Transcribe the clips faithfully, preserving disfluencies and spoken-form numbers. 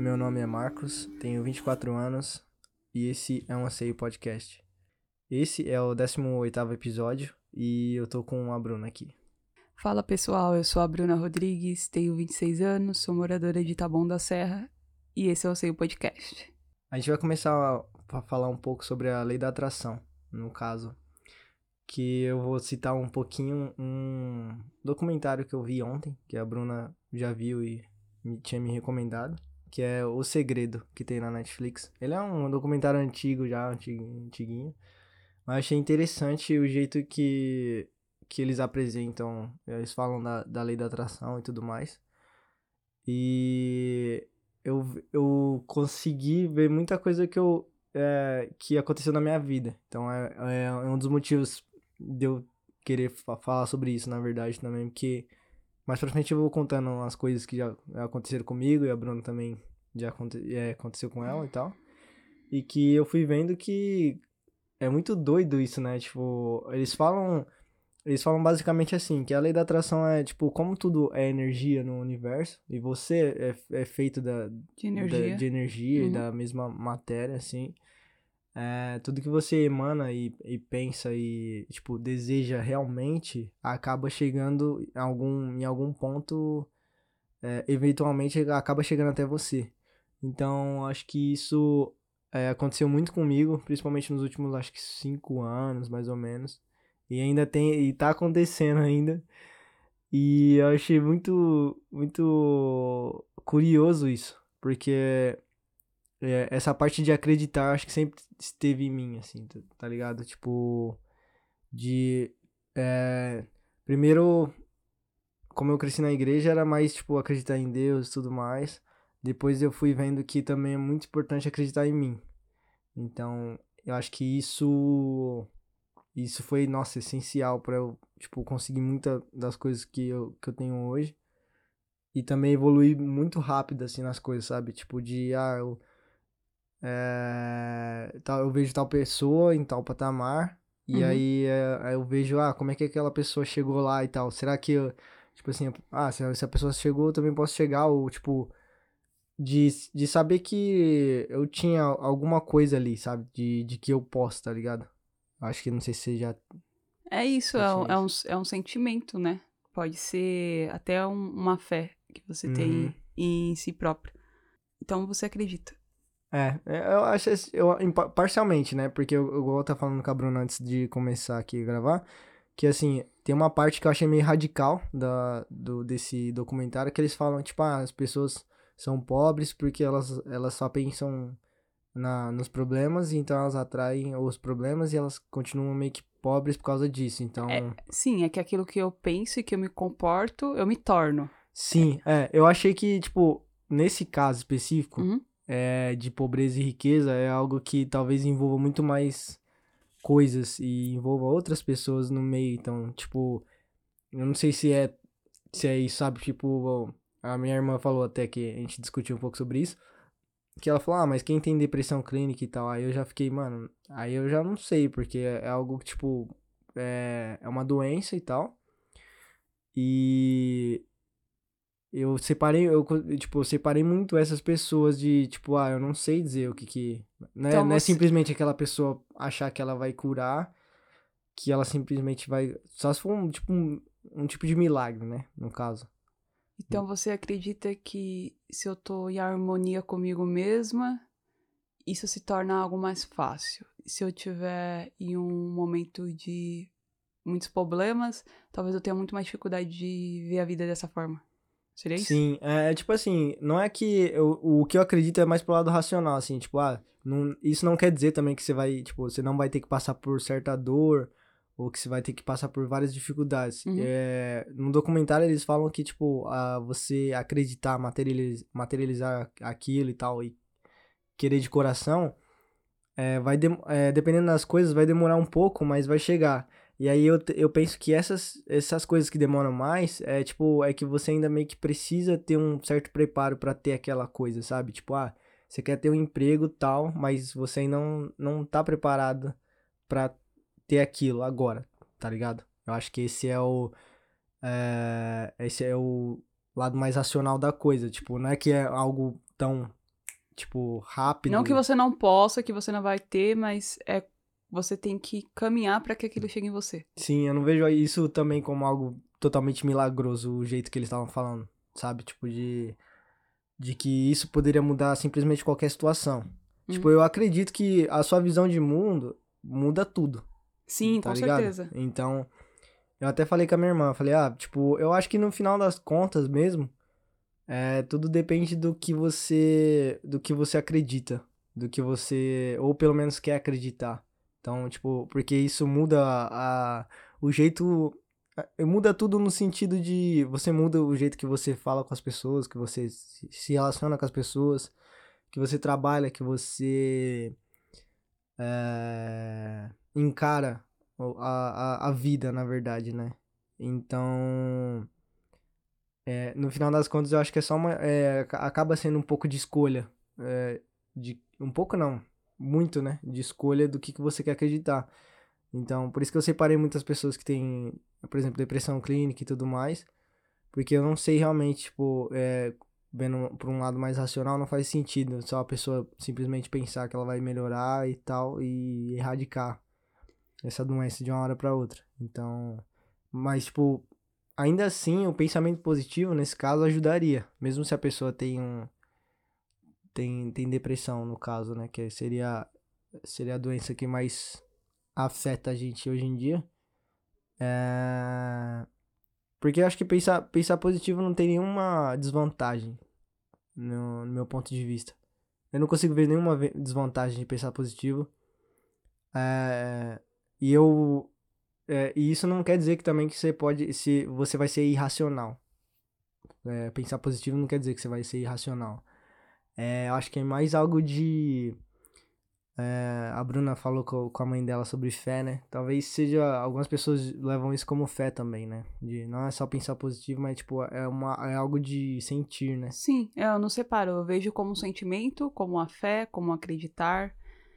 meu nome é Marcos, tenho vinte e quatro anos e esse é um Anseio Podcast. Esse é o décimo oitavo episódio e eu tô com a Bruna aqui. Fala pessoal, eu sou a Bruna Rodrigues, tenho vinte e seis anos, sou moradora de Taboão da Serra e esse é o Anseio Podcast. A gente vai começar a, a falar um pouco sobre a lei da atração, no caso, que eu vou citar um pouquinho um documentário que eu vi ontem, que a Bruna já viu e me, tinha me recomendado, que é O Segredo, que tem na Netflix. Ele é um documentário antigo já, antigo, antiguinho, mas achei interessante o jeito que, que eles apresentam, eles falam da, da lei da atração e tudo mais. E eu, eu consegui ver muita coisa que, eu, é, que aconteceu na minha vida. Então é, é, é um dos motivos de eu querer fa- falar sobre isso, na verdade, também, porque mais pra frente eu vou contando as coisas que já aconteceram comigo e a Bruna também já aconte, é, aconteceu com ela e tal. E que eu fui vendo que é muito doido isso, né? Tipo, eles falam, eles falam basicamente assim, que a lei da atração é, tipo, como tudo é energia no universo, e você é, é feito da, De da- energia. de energia e Uhum. da mesma matéria, assim. É, tudo que você emana e, e pensa e, tipo, deseja realmente, acaba chegando em algum, em algum ponto, é, eventualmente acaba chegando até você. Então, acho que isso é, aconteceu muito comigo, principalmente nos últimos, acho que cinco anos, mais ou menos. E ainda tem, e tá acontecendo ainda. E eu achei muito, muito curioso isso, porque é, essa parte de acreditar, acho que sempre esteve em mim, assim, tá, tá ligado? Tipo, de, é, primeiro, como eu cresci na igreja, era mais, tipo, acreditar em Deus e tudo mais. Depois eu fui vendo que também é muito importante acreditar em mim. Então, eu acho que isso isso foi, nossa, essencial pra eu, tipo, conseguir muitas das coisas que eu, que eu tenho hoje. E também evoluir muito rápido, assim, nas coisas, sabe? Tipo, de, ah, eu, é, tal, eu vejo tal pessoa em tal patamar. E Uhum. aí, é, aí eu vejo, ah, como é que aquela pessoa chegou lá e tal. Será que, eu, tipo assim, ah, se, se a pessoa chegou, eu também posso chegar. Ou, tipo, de, de saber que eu tinha alguma coisa ali, sabe? De, de que eu posso, tá ligado? Acho que não sei se você já, É isso, já é um, tinha é isso. um, é um sentimento, né? Pode ser até um- uma fé que você Uhum. tem em si próprio. Então você acredita. É, é, eu acho, esse- eu, em pa- parcialmente, né? Porque eu, eu igual eu tava falando com a Bruna antes de começar aqui a gravar, que assim, tem uma parte que eu achei meio radical da, do, desse documentário, que eles falam, tipo, ah, as pessoas são pobres porque elas, elas só pensam na, nos problemas, e então elas atraem os problemas e elas continuam meio que pobres por causa disso. É, Então, sim, é que aquilo que eu penso e que eu me comporto, eu me torno. sim, é, eu achei que, tipo, nesse caso específico, Uhum. é, de pobreza e riqueza, é algo que talvez envolva muito mais coisas e envolva outras pessoas no meio. Então, tipo, eu não sei se é, se é isso, sabe? Tipo, a minha irmã falou até que a gente discutiu um pouco sobre isso. Que ela falou, ah, mas quem tem depressão clínica e tal? Aí eu já fiquei, mano, aí eu já não sei, porque é algo que, tipo, é, é uma doença e tal. E eu separei, eu, co- tipo, eu separei muito essas pessoas de, tipo, ah, eu não sei dizer o que que... Não é, Então não é você. simplesmente aquela pessoa achar que ela vai curar, que ela simplesmente vai... Só se for um, tipo, um, um tipo de milagre, né, no caso. Então você acredita que se eu tô em harmonia comigo mesma, isso se torna algo mais fácil. Se eu tiver em um momento de muitos problemas, talvez eu tenha muito mais dificuldade de ver a vida dessa forma. Seria isso? Sim, é, é tipo assim, não é que eu, o que eu acredito é mais pro lado racional, assim, tipo, ah, não, isso não quer dizer também que você vai, tipo, você não vai ter que passar por certa dor, ou que você vai ter que passar por várias dificuldades. Uhum. É, no documentário eles falam que, tipo, ah, você acreditar, materializ, materializar aquilo e tal, e querer de coração, é, vai dem- é, dependendo das coisas, vai demorar um pouco, mas vai chegar. E aí eu, te- eu penso que essas, essas coisas que demoram mais, é tipo, é que você ainda meio que precisa ter um certo preparo pra ter aquela coisa, sabe? Tipo, ah, você quer ter um emprego tal, mas você ainda não, não tá preparado pra ter aquilo agora, tá ligado? Eu acho que esse é o, é, esse é o lado mais racional da coisa. Tipo, não é que é algo tão tipo, rápido. Não que você não possa, que você não vai ter, mas é você tem que caminhar pra que aquilo chegue em você. Sim, eu não vejo isso também como algo totalmente milagroso, o jeito que eles estavam falando, sabe? Tipo, de, de que isso poderia mudar simplesmente qualquer situação. Hum. Tipo, eu acredito que a sua visão de mundo muda tudo, Sim, tá com ligado? certeza. Então, eu até falei com a minha irmã, eu falei, ah, tipo, eu acho que no final das contas mesmo, é, tudo depende do que você, do que você acredita, do que você, ou pelo menos quer acreditar. Então, tipo, porque isso muda a, a- o jeito, a- muda tudo no sentido de, você muda o jeito que você fala com as pessoas, que você se se relaciona com as pessoas, que você trabalha, que você é, encara o- a, a, a vida, na verdade, né? Então, é, no final das contas, eu acho que é só uma. É, aca- acaba sendo um pouco de escolha. É, de, um pouco não. Muito, né? De escolha do que, que você quer acreditar. Então, por isso que eu separei muitas pessoas que têm, por exemplo, depressão clínica e tudo mais. Porque eu não sei realmente, tipo, é, vendo por um lado mais racional, não faz sentido só a pessoa simplesmente pensar que ela vai melhorar e tal e erradicar essa doença de uma hora pra outra. Então, mas, tipo, ainda assim, o pensamento positivo, nesse caso, ajudaria. Mesmo se a pessoa tem um. Tem, tem depressão, no caso, né? Que seria, seria a doença que mais afeta a gente hoje em dia. É... Porque eu acho que pensar, pensar positivo não tem nenhuma desvantagem, no, no meu ponto de vista. Eu não consigo ver nenhuma ve- desvantagem de pensar positivo. É... E eu. É, e isso não quer dizer que também que você pode. Se você vai ser irracional. É, pensar positivo não quer dizer que você vai ser irracional. É, eu acho que é mais algo de. É, a Bruna falou co- com a mãe dela sobre fé, né? Talvez seja. Algumas pessoas levam isso como fé também, né? De não é só pensar positivo, mas tipo, é, uma, é algo de sentir, né? Sim, eu não separo. Eu vejo como um sentimento, como a fé, como acreditar.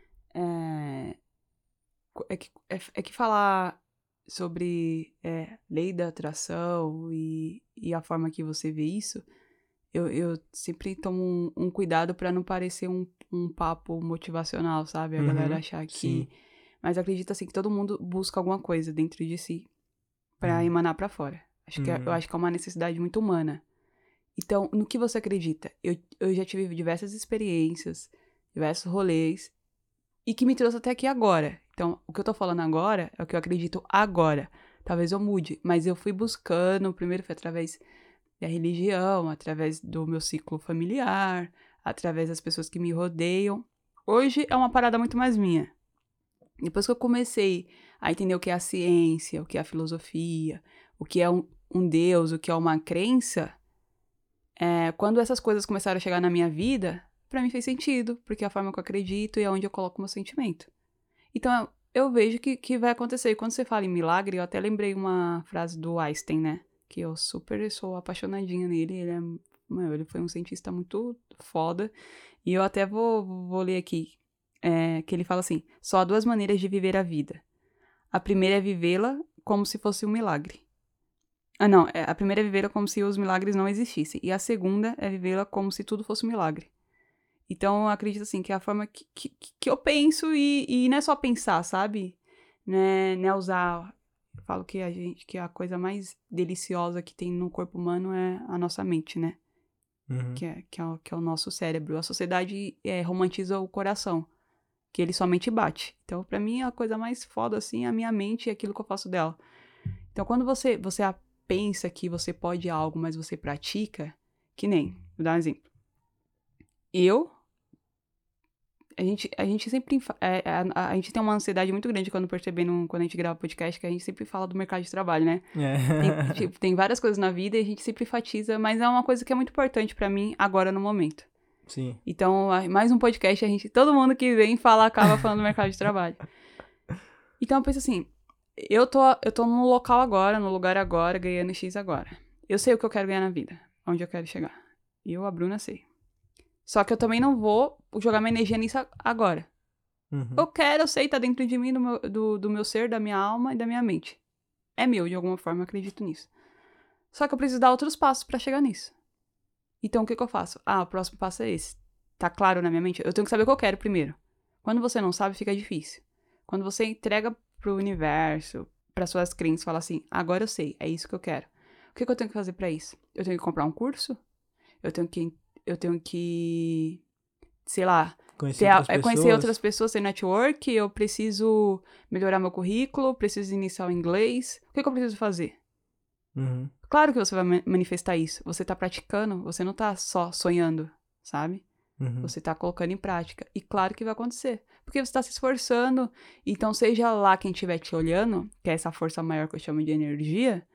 É, é, que, é, é que falar sobre é, lei da atração e, e a forma que você vê isso, eu, eu sempre tomo um, um cuidado pra não parecer um, um papo motivacional, sabe? A galera Uhum, achar sim. que. Mas acredito assim que todo mundo busca alguma coisa dentro de si pra Uhum, emanar pra fora. Acho que é- eu uhum, acho que é uma necessidade muito humana. Então, no que você acredita? Eu, eu já tive diversas experiências, diversos rolês, e que me trouxe até aqui agora. Então, o que eu tô falando agora é o que eu acredito agora. Talvez eu mude, mas eu fui buscando, primeiro foi através da religião, através do meu ciclo familiar, através das pessoas que me rodeiam. Hoje é uma parada muito mais minha. Depois que eu comecei a entender o que é a ciência, o que é a filosofia, o que é um, um Deus, o que é uma crença, é, quando essas coisas começaram a chegar na minha vida, pra mim fez sentido, porque é a forma que eu acredito e é onde eu coloco meu sentimento. Então, eu, eu vejo que, que vai acontecer. E quando você fala em milagre, eu até lembrei uma frase do Einstein, né? Que eu super sou apaixonadinha nele. Ele, é, meu, ele foi um cientista muito foda. E eu até vou, vou ler aqui, é, que ele fala assim, só há duas maneiras de viver a vida. A primeira é vivê-la como se fosse um milagre. Ah, não. é- A primeira é vivê-la como se os milagres não existissem. E a segunda é vivê-la como se tudo fosse um milagre. Então, eu acredito, assim, que é a forma que, que, que eu penso e, e não é só pensar, sabe? Né, não é usar... Eu falo que a gente, que a coisa mais deliciosa que tem no corpo humano é a nossa mente, né? uhum. Que é, que é, o, que é o nosso cérebro. A sociedade é, romantiza o coração, que ele somente bate. Então, pra mim, a coisa mais foda, assim, é a minha mente e aquilo que eu faço dela. Então, quando você, você pensa que você pode algo, mas você pratica, que nem, vou dar um exemplo. Eu, a gente, a gente sempre, é, a, a gente tem uma ansiedade muito grande quando percebendo, quando a gente grava podcast, que a gente sempre fala do mercado de trabalho, né? Tem, É. tipo, tem várias coisas na vida e a gente sempre enfatiza, mas é uma coisa que é muito importante pra mim agora no momento. Sim. Então, mais um podcast, a gente, todo mundo que vem fala, acaba falando do mercado de trabalho. Então, eu penso assim, eu tô, eu tô no local agora, no lugar agora, ganhando X agora. Eu sei o que eu quero ganhar na vida, onde eu quero chegar. E eu, a Bruna, sei. Só que eu também não vou jogar minha energia nisso agora. Uhum. Eu quero, eu sei, tá dentro de mim, do meu, do, do meu ser, da minha alma e da minha mente. É meu, de alguma forma, eu acredito nisso. Só que eu preciso dar outros passos pra chegar nisso. Então, o que que eu faço? Ah, o próximo passo é esse. Tá claro na minha mente? Eu tenho que saber o que eu quero primeiro. Quando você não sabe, fica difícil. Quando você entrega pro universo, para suas crenças, fala assim, agora eu sei, é isso que eu quero. O que, que eu tenho que fazer para isso? Eu tenho que comprar um curso? Eu tenho que, eu tenho que, sei lá, Conhecer ter a, outras é conhecer pessoas. outras pessoas, ter network, eu preciso melhorar meu currículo, preciso iniciar o inglês. O que, que eu preciso fazer? Uhum. Claro que você vai ma- manifestar isso. Você tá praticando, você não tá só sonhando, sabe? Uhum. Você tá colocando em prática. E claro que vai acontecer. Porque você tá se esforçando. Então, seja lá quem estiver te olhando, que é essa força maior que eu chamo de energia,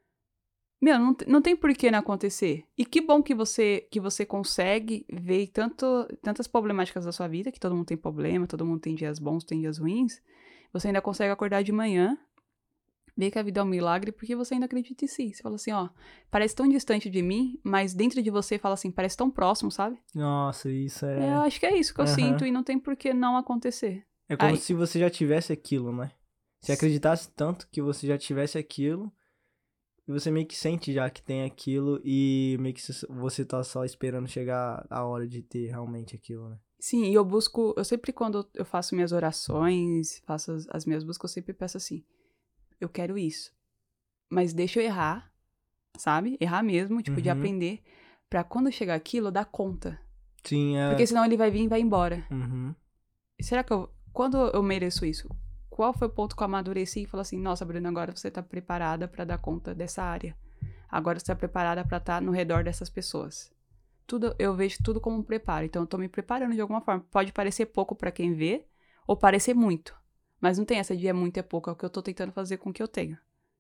meu, não, te- não tem por que não acontecer. E que bom que você, que você consegue ver tanto, tantas problemáticas da sua vida, que todo mundo tem problema, todo mundo tem dias bons, tem dias ruins. Você ainda consegue acordar de manhã, ver que a vida é um milagre, porque você ainda acredita em si. Você fala assim, ó, parece tão distante de mim, mas dentro de você fala assim, parece tão próximo, sabe? Nossa, isso É, eu é. acho que é isso que eu sinto Aham. e não tem por que não acontecer. É como Aí, se você já tivesse aquilo, né? Se acreditasse tanto que você já tivesse aquilo, e você meio que sente já que tem aquilo, e meio que você tá só esperando chegar a hora de ter realmente aquilo, né? sim, e eu busco, eu sempre quando eu faço minhas orações, faço as, as minhas buscas, eu sempre peço assim, eu quero isso, mas deixa eu errar, sabe? Errar mesmo, tipo, de Uhum. aprender, pra quando chegar aquilo, eu dar conta. Sim, Porque é. senão ele vai vir e vai embora. Uhum. E será que eu, quando eu mereço isso? Qual foi o ponto que eu amadureci e falei assim, nossa, Bruna, agora você tá preparada pra dar conta dessa área. Agora você tá preparada pra estar no redor dessas pessoas. Tudo, eu vejo tudo como um preparo. Então, eu tô me preparando de alguma forma. Pode parecer pouco pra quem vê, ou parecer muito. Mas não tem essa de é muito, é pouco. É o que eu tô tentando fazer com o que eu tenho.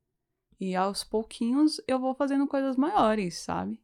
E aos pouquinhos, eu vou fazendo coisas maiores, sabe?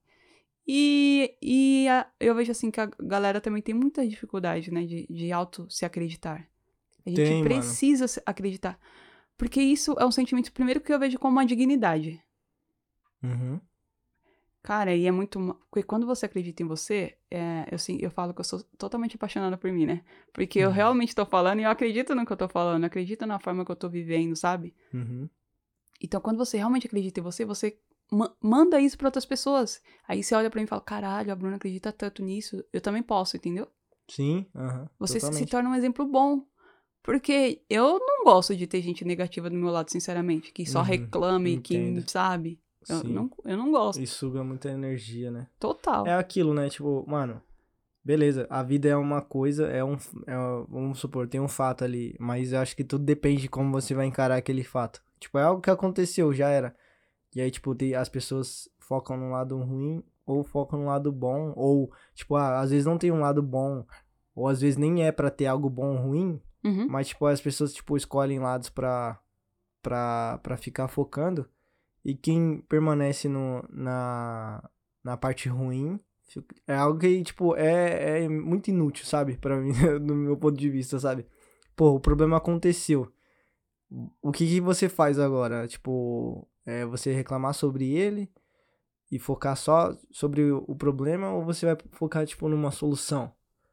E, e a- eu vejo assim que a galera também tem muita dificuldade, né? De, de auto se acreditar. A gente Tem, mano. precisa se acreditar. Porque isso é um sentimento, primeiro, que eu vejo como uma dignidade. Uhum. Cara, e é muito. ma- Porque quando você acredita em você, é, eu, sim, eu falo que eu sou totalmente apaixonada por mim, né? Porque eu Uhum. realmente tô falando e eu acredito no que eu tô falando, eu acredito na forma que eu tô vivendo, sabe? Uhum. Então, quando você realmente acredita em você, você ma- manda isso pra outras pessoas. Aí você olha pra mim e fala: caralho, a Bruna acredita tanto nisso, eu também posso, entendeu? Sim, aham. Você se se Totalmente. torna um exemplo bom. Porque eu não gosto de ter gente negativa do meu lado, sinceramente, que só Uhum. reclame, que, Entendo. sabe? Eu Sim. não, eu não gosto. E suga muita energia, né? É Total. aquilo, né? Tipo, mano, beleza, a vida é uma coisa, é um, é um- vamos supor, tem um fato ali, mas eu acho que tudo depende de como você vai encarar aquele fato. Tipo, é algo que aconteceu, já era. E aí, tipo, tem, as pessoas focam no lado ruim ou focam no lado bom, ou, tipo, ah, às vezes não tem um lado bom, ou às vezes nem é pra ter algo bom ou ruim, Uhum. mas, tipo, as pessoas, tipo, escolhem lados pra, pra, pra ficar focando, e quem permanece no, na, na parte ruim fica- é algo que, tipo, é, é muito inútil, sabe? Pra mim, do meu ponto de vista, sabe? Pô, o problema aconteceu. O que que você faz agora? Tipo, é você reclamar sobre ele e focar só sobre o o problema ou você vai focar, tipo, numa solução?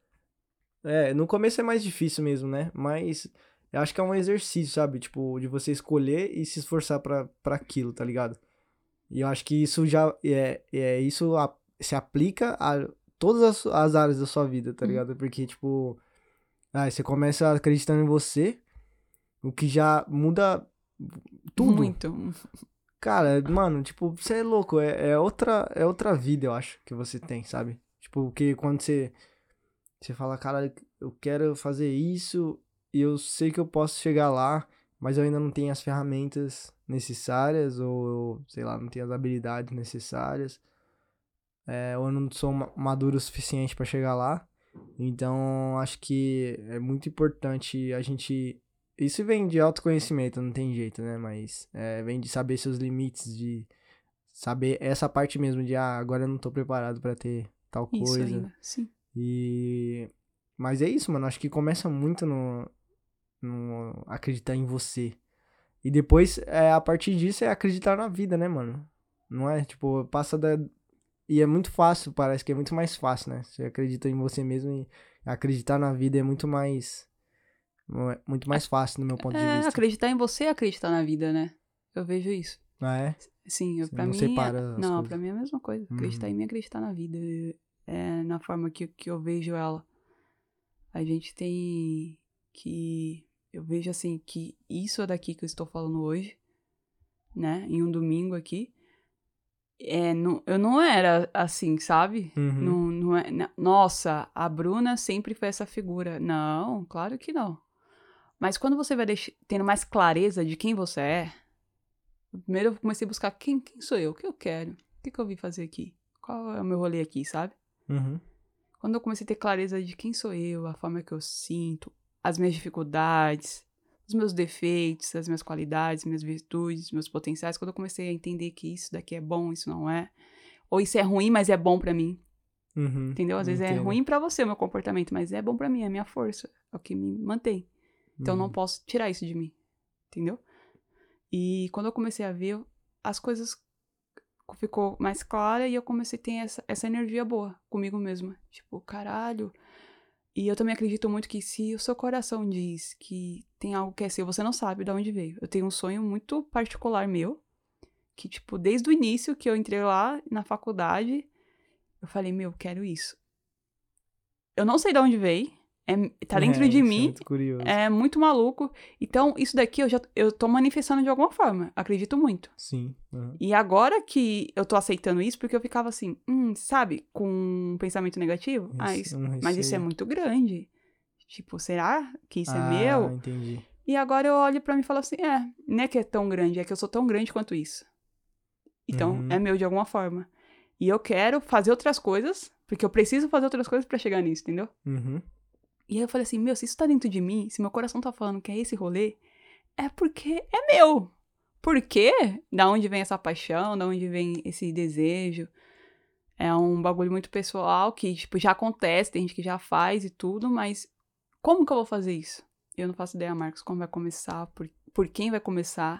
É, no começo é mais difícil mesmo, né? Mas eu acho que é um exercício, sabe? Tipo, de você escolher e se esforçar pra, pra aquilo, tá ligado? E eu acho que isso já é, é isso a- se aplica a todas as, as áreas da sua vida, tá Uhum. ligado? Porque, tipo, ah, você começa acreditando em você, o que já muda tudo. Muito. Cara, mano, tipo, você é louco, é, é outra, é outra vida, eu acho, que você tem, sabe? Tipo, que quando você, você fala, cara, eu quero fazer isso e eu sei que eu posso chegar lá, mas eu ainda não tenho as ferramentas necessárias, ou, eu, sei lá, não tenho as habilidades necessárias. É, ou eu não sou ma- maduro o suficiente pra chegar lá. Então, acho que é muito importante a gente. Isso vem de autoconhecimento, não tem jeito, né? Mas é, vem de saber seus limites, de saber essa parte mesmo de, ah, agora eu não tô preparado pra ter tal Isso coisa. ainda, sim. E. Mas é isso, mano. Acho que começa muito no, no acreditar em você. E depois, é, a partir disso, é acreditar na vida, né, mano? Não é? Tipo, passa da, e é muito fácil, parece que é muito mais fácil, né? Você acredita em você mesmo e acreditar na vida é muito mais, muito mais fácil no meu ponto de É, vista. acreditar em você é acreditar na vida, né? Eu vejo isso. Ah, é? Sim, eu- Você pra não mim, é- separa as não, coisas. pra mim é a mesma coisa. Acreditar Uhum. em mim é acreditar na vida. é, na forma que, que eu vejo ela. A gente tem que... Eu vejo, assim, que isso é daqui que eu estou falando hoje, né? Em um domingo aqui. É, não, eu não era assim, sabe? Uhum. Não, não é, na- nossa, a Bruna sempre foi essa figura. Não, claro que não. Mas quando você vai deix- tendo mais clareza de quem você é, primeiro eu comecei a buscar quem, quem sou eu, o que eu quero, o que, que eu vim fazer aqui, qual é o meu rolê aqui, sabe? Uhum. Quando eu comecei a ter clareza de quem sou eu, a forma que eu sinto, as minhas dificuldades, os meus defeitos, as minhas qualidades, minhas virtudes, meus potenciais, quando eu comecei a entender que isso daqui é bom, isso não é, ou isso é ruim, mas é bom pra mim, Uhum. entendeu? Às vezes é Entendo. ruim pra você o meu comportamento, mas é bom pra mim, é a minha força, é o que me mantém. Então eu não Uhum. posso tirar isso de mim, entendeu? E quando eu comecei a ver, as coisas ficou mais clara e eu comecei a ter essa, essa energia boa comigo mesma. Tipo, caralho. E eu também acredito muito que se o seu coração diz que tem algo que é seu, você não sabe de onde veio. Eu tenho um sonho muito particular meu, que, tipo, desde o início que eu entrei lá na faculdade, eu falei, meu, eu quero isso. Eu não sei de onde veio, é, tá dentro É, de isso é mim, muito curioso. é muito maluco. Então, isso daqui eu já eu tô manifestando de alguma forma, acredito muito. Sim. Uhum. E agora que eu tô aceitando isso, porque eu ficava assim, hum, sabe, com um pensamento negativo, ah, Rece- isso, Um mas isso é receio. muito grande. Tipo, será que isso é Ah, meu? entendi. E agora eu olho pra mim e falo assim, é, não é que é tão grande, é que eu sou tão grande quanto isso. Então, Uhum. é meu de alguma forma. E eu quero fazer outras coisas, porque eu preciso fazer outras coisas pra chegar nisso, entendeu? Uhum. E aí eu falei assim, meu, se isso tá dentro de mim, se meu coração tá falando que é esse rolê, é porque é meu. Por quê? Da onde vem essa paixão, da onde vem esse desejo? É um bagulho muito pessoal que, tipo, já acontece, tem gente que já faz e tudo, mas como que eu vou fazer isso? Eu não faço ideia, Marcos, como vai começar, por, por quem vai começar.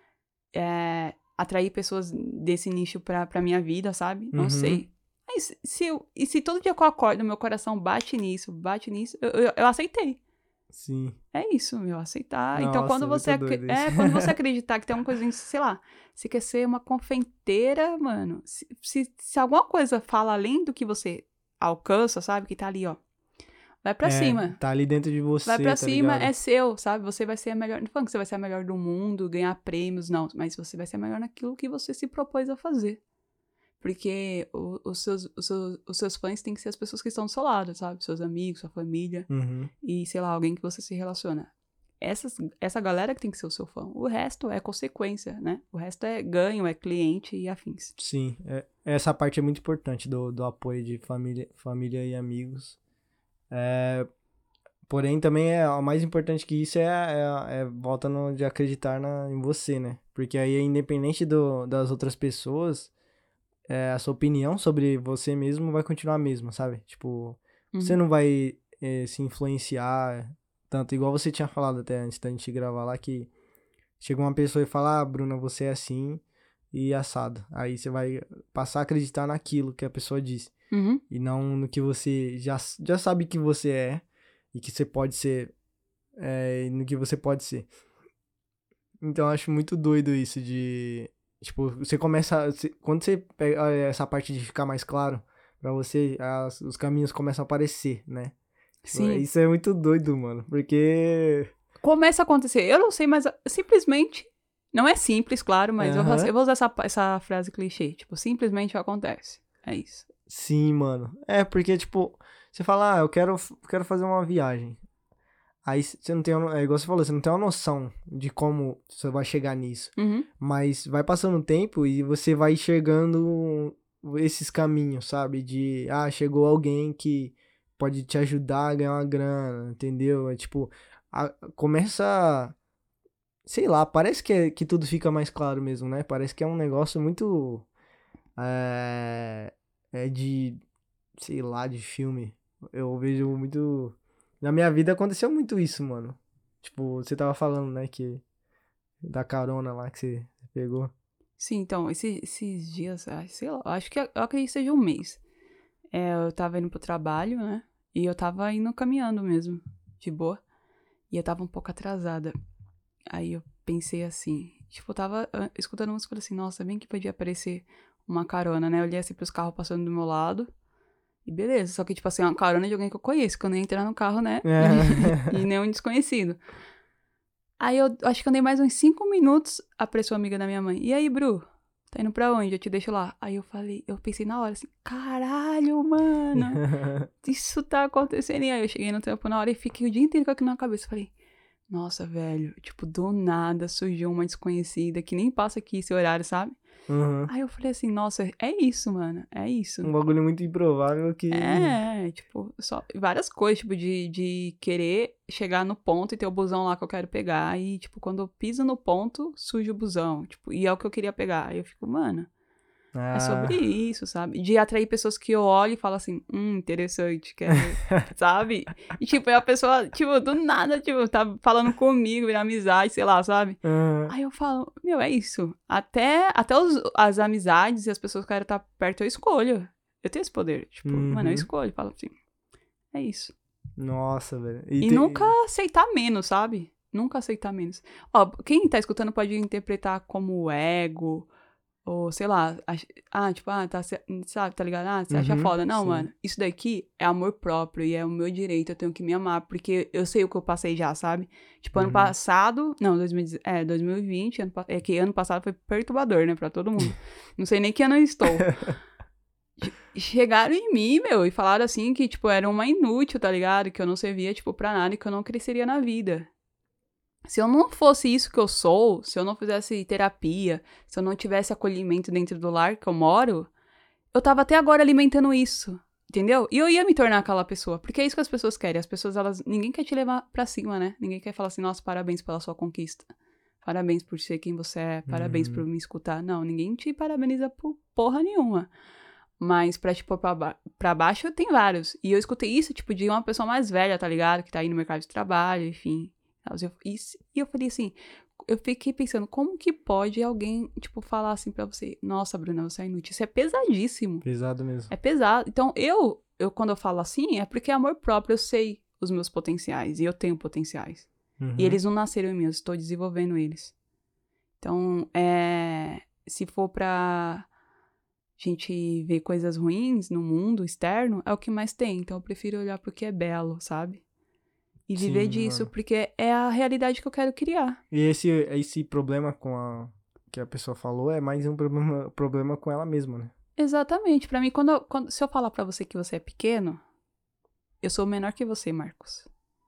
É, atrair pessoas desse nicho pra, pra minha vida, sabe? Não Uhum. sei. Mas se eu, e se todo dia que eu acordo, meu coração bate nisso, bate nisso, eu, eu, eu aceitei. Sim. É isso, meu, aceitar. Então, Nossa, quando você, muito ac- doido isso. é, quando você acreditar que tem uma coisa, sei lá, você quer ser uma confeiteira, mano, se, se, se alguma coisa fala além do que você alcança, sabe, que tá ali, ó, vai pra É, cima. tá ali dentro de Vai você, pra tá cima, ligado? é seu, sabe? Você vai ser a melhor. Não tô falando que você vai ser a melhor do mundo, ganhar prêmios, não. Mas você vai ser a melhor naquilo que você se propôs a fazer. Porque o- os, seus, os, seus, os seus fãs têm que ser as pessoas que estão do seu lado, sabe? Seus amigos, sua família. Uhum. E, sei lá, alguém que você se relaciona. Essas, essa galera que tem que ser o seu fã. O resto é consequência, né? O resto é ganho, é cliente e afins. Sim, é, essa parte é muito importante do, do apoio de família, família e amigos. É, porém, também é o mais importante que isso é, é, é volta no, de acreditar na, em você, né? Porque aí, independente do, das outras pessoas, é, a sua opinião sobre você mesmo vai continuar a mesma, sabe? Tipo, você Uhum. não vai é, se influenciar tanto, igual você tinha falado até antes da gente gravar lá, que chega uma pessoa e fala, ah, Bruna, você é assim e assado. Aí você vai passar a acreditar naquilo que a pessoa disse. Uhum. E não no que você já, já sabe que você é e que você pode ser, é, e no que você pode ser. Então eu acho muito doido isso de. Tipo, você começa. você- quando você pega eh, essa parte de ficar mais claro pra você, as- os caminhos começam a aparecer, né? Tipo, Sim. isso é muito doido, mano. Porque. Começa a acontecer. Eu não sei, mas ah, simplesmente. Não é simples, claro, mas eu vou, Aham. eu vou usar essa, essa frase clichê. Tipo, simplesmente acontece. É isso. Sim, mano. É, porque, tipo, você fala, ah, eu quero, quero fazer uma viagem. Aí você não tem, é igual você falou, você não tem uma noção de como você vai chegar nisso. Uhum. Mas vai passando o tempo e você vai enxergando esses caminhos, sabe? De, ah, chegou alguém que pode te ajudar a ganhar uma grana, entendeu? É tipo, a- começa, sei lá, parece que, é, que tudo fica mais claro mesmo, né? Parece que é um negócio muito, é, é de, sei lá, de filme. Eu vejo muito, na minha vida aconteceu muito isso, mano. Tipo, você tava falando, né, que da carona lá que você pegou. Sim, então, esse- esses dias, ah, sei lá, eu acho que eu acredito que seja um mês. É, eu tava indo pro trabalho, né? E eu tava indo caminhando mesmo, de boa. E eu tava um pouco atrasada. Aí eu pensei assim, tipo, eu tava ah, escutando música e falei assim, nossa, bem que podia aparecer uma carona, né? Eu olhei assim pros carros passando do meu lado. E beleza, só que, tipo assim, é uma carona de alguém que eu conheço, que eu nem ia entrar no carro, né? É. E nem um desconhecido. Aí eu acho que eu andei mais uns cinco minutos, apareceu uma amiga da minha mãe. E aí, Bru? Tá indo pra onde? Eu te deixo lá. Aí eu falei, eu pensei na hora assim, caralho, mano, isso tá acontecendo. E aí eu cheguei no trampo na hora e fiquei o dia inteiro com aquilo na cabeça. Falei, nossa, velho, tipo, do nada surgiu uma desconhecida que nem passa aqui esse horário, sabe? Uhum. Aí eu falei assim, nossa, é isso, mano, é isso. Um bagulho muito improvável que... É, tipo, só várias coisas, tipo, de, de querer chegar no ponto e ter o busão lá que eu quero pegar. E, tipo, quando eu piso no ponto, surge o busão, tipo, e é o que eu queria pegar. Aí eu fico, mano, é sobre Ah. isso, sabe? De atrair pessoas que eu olho e falo assim, hum, interessante, quero, sabe? E, tipo, é a pessoa, tipo, do nada, tipo, tá falando comigo, virar amizade, sei lá, sabe? Uhum. Aí eu falo, meu, é isso. Até, até os, as amizades e as pessoas que eu quero estar perto, eu escolho. Eu tenho esse poder. Tipo, mano, eu Uhum. escolho. Falo assim, é isso. Nossa, velho. E te- nunca aceitar menos, sabe? Nunca aceitar menos. Ó, quem tá escutando pode interpretar como ego, ou sei lá, ach- ah, tipo, ah, tá, se- sabe, tá ligado? Ah, você acha Uhum, foda. Não, sim. mano, isso daqui é amor próprio e é o meu direito, eu tenho que me amar, porque eu sei o que eu passei já, sabe? Tipo, ano Uhum. passado, não, dois mil, e dez é, dois mil e vinte, ano, pa- é que ano passado foi perturbador, né, pra todo mundo. Não sei nem que ano eu estou. Che- Chegaram em mim, meu, e falaram assim que, tipo, era uma inútil, tá ligado? Que eu não servia, tipo, pra nada e que eu não cresceria na vida. Se eu não fosse isso que eu sou, se eu não fizesse terapia, se eu não tivesse acolhimento dentro do lar que eu moro, eu tava até agora alimentando isso, entendeu? E eu ia me tornar aquela pessoa, porque é isso que as pessoas querem. As pessoas, elas, ninguém quer te levar pra cima, né? Ninguém quer falar assim, nossa, parabéns pela sua conquista. Parabéns por ser quem você é, parabéns por Uhum. me escutar. Não, ninguém te parabeniza por porra nenhuma. Mas pra te pôr pra, ba pra baixo, tem vários. E eu escutei isso, tipo, de uma pessoa mais velha, tá ligado? Que tá aí no mercado de trabalho, enfim. E eu falei assim, eu fiquei pensando, como que pode alguém, tipo, falar assim pra você, nossa, Bruna, você é inútil. Isso é pesadíssimo. Pesado mesmo. É pesado. Então, eu, eu quando eu falo assim, é porque é amor próprio, eu sei os meus potenciais. E eu tenho potenciais. E Uhum. eles não nasceram em mim, eu estou desenvolvendo eles. Então, é, se for pra gente ver coisas ruins no mundo externo, é o que mais tem. Então, eu prefiro olhar pro que é belo, sabe? E viver Sim, disso, mano. porque é a realidade que eu quero criar. E esse, esse problema com a... que a pessoa falou é mais um problema, problema com ela mesma, né? Exatamente. Pra mim, quando, eu- quando se eu falar pra você que você é pequeno, eu sou menor que você, Marcos.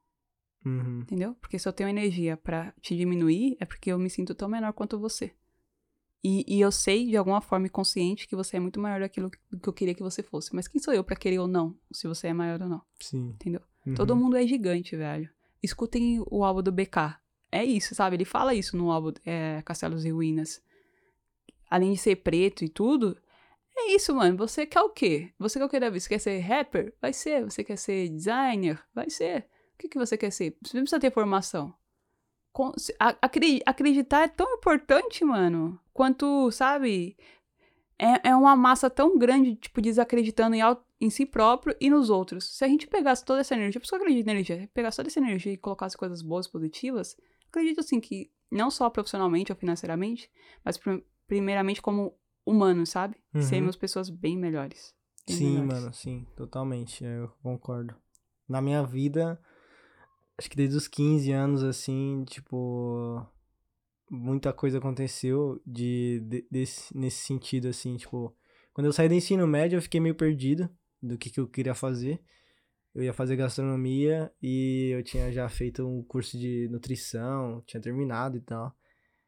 Uhum. Entendeu? Porque se eu tenho energia pra te diminuir, é porque eu me sinto tão menor quanto você. E, e eu sei, de alguma forma consciente, que você é muito maior daquilo que eu queria que você fosse. Mas quem sou eu pra querer ou não, se você é maior ou não? Sim. Entendeu? Uhum. Todo mundo é gigante, velho. Escutem o álbum do B K. É isso, sabe? Ele fala isso no álbum é, Castelos e Ruínas. Além de ser preto e tudo, é isso, mano. Você quer o quê? Você quer o quê da vida? Você quer ser rapper? Vai ser. Você quer ser designer? Vai ser. O que, que você quer ser? Você não precisa ter formação. Com- se- a- acre- acreditar é tão importante, mano, quanto, sabe? É, é uma massa tão grande, tipo, desacreditando em, au- em si próprio e nos outros. Se a gente pegasse toda essa energia, a pessoa acredita na energia, pegasse toda essa energia e colocasse coisas boas, positivas, acredito, assim, que não só profissionalmente ou financeiramente, mas prim- primeiramente como humanos, sabe? Uhum. Sermos pessoas bem melhores. Bem Sim, melhores. mano, sim, totalmente. é, Eu concordo. Na minha vida, acho que desde os quinze anos, assim, tipo, muita coisa aconteceu de, de- desse, nesse sentido, assim, tipo, quando eu saí do ensino médio, eu fiquei meio perdido do que, que eu queria fazer. Eu ia fazer gastronomia e eu tinha já feito um curso de nutrição, tinha terminado e tal.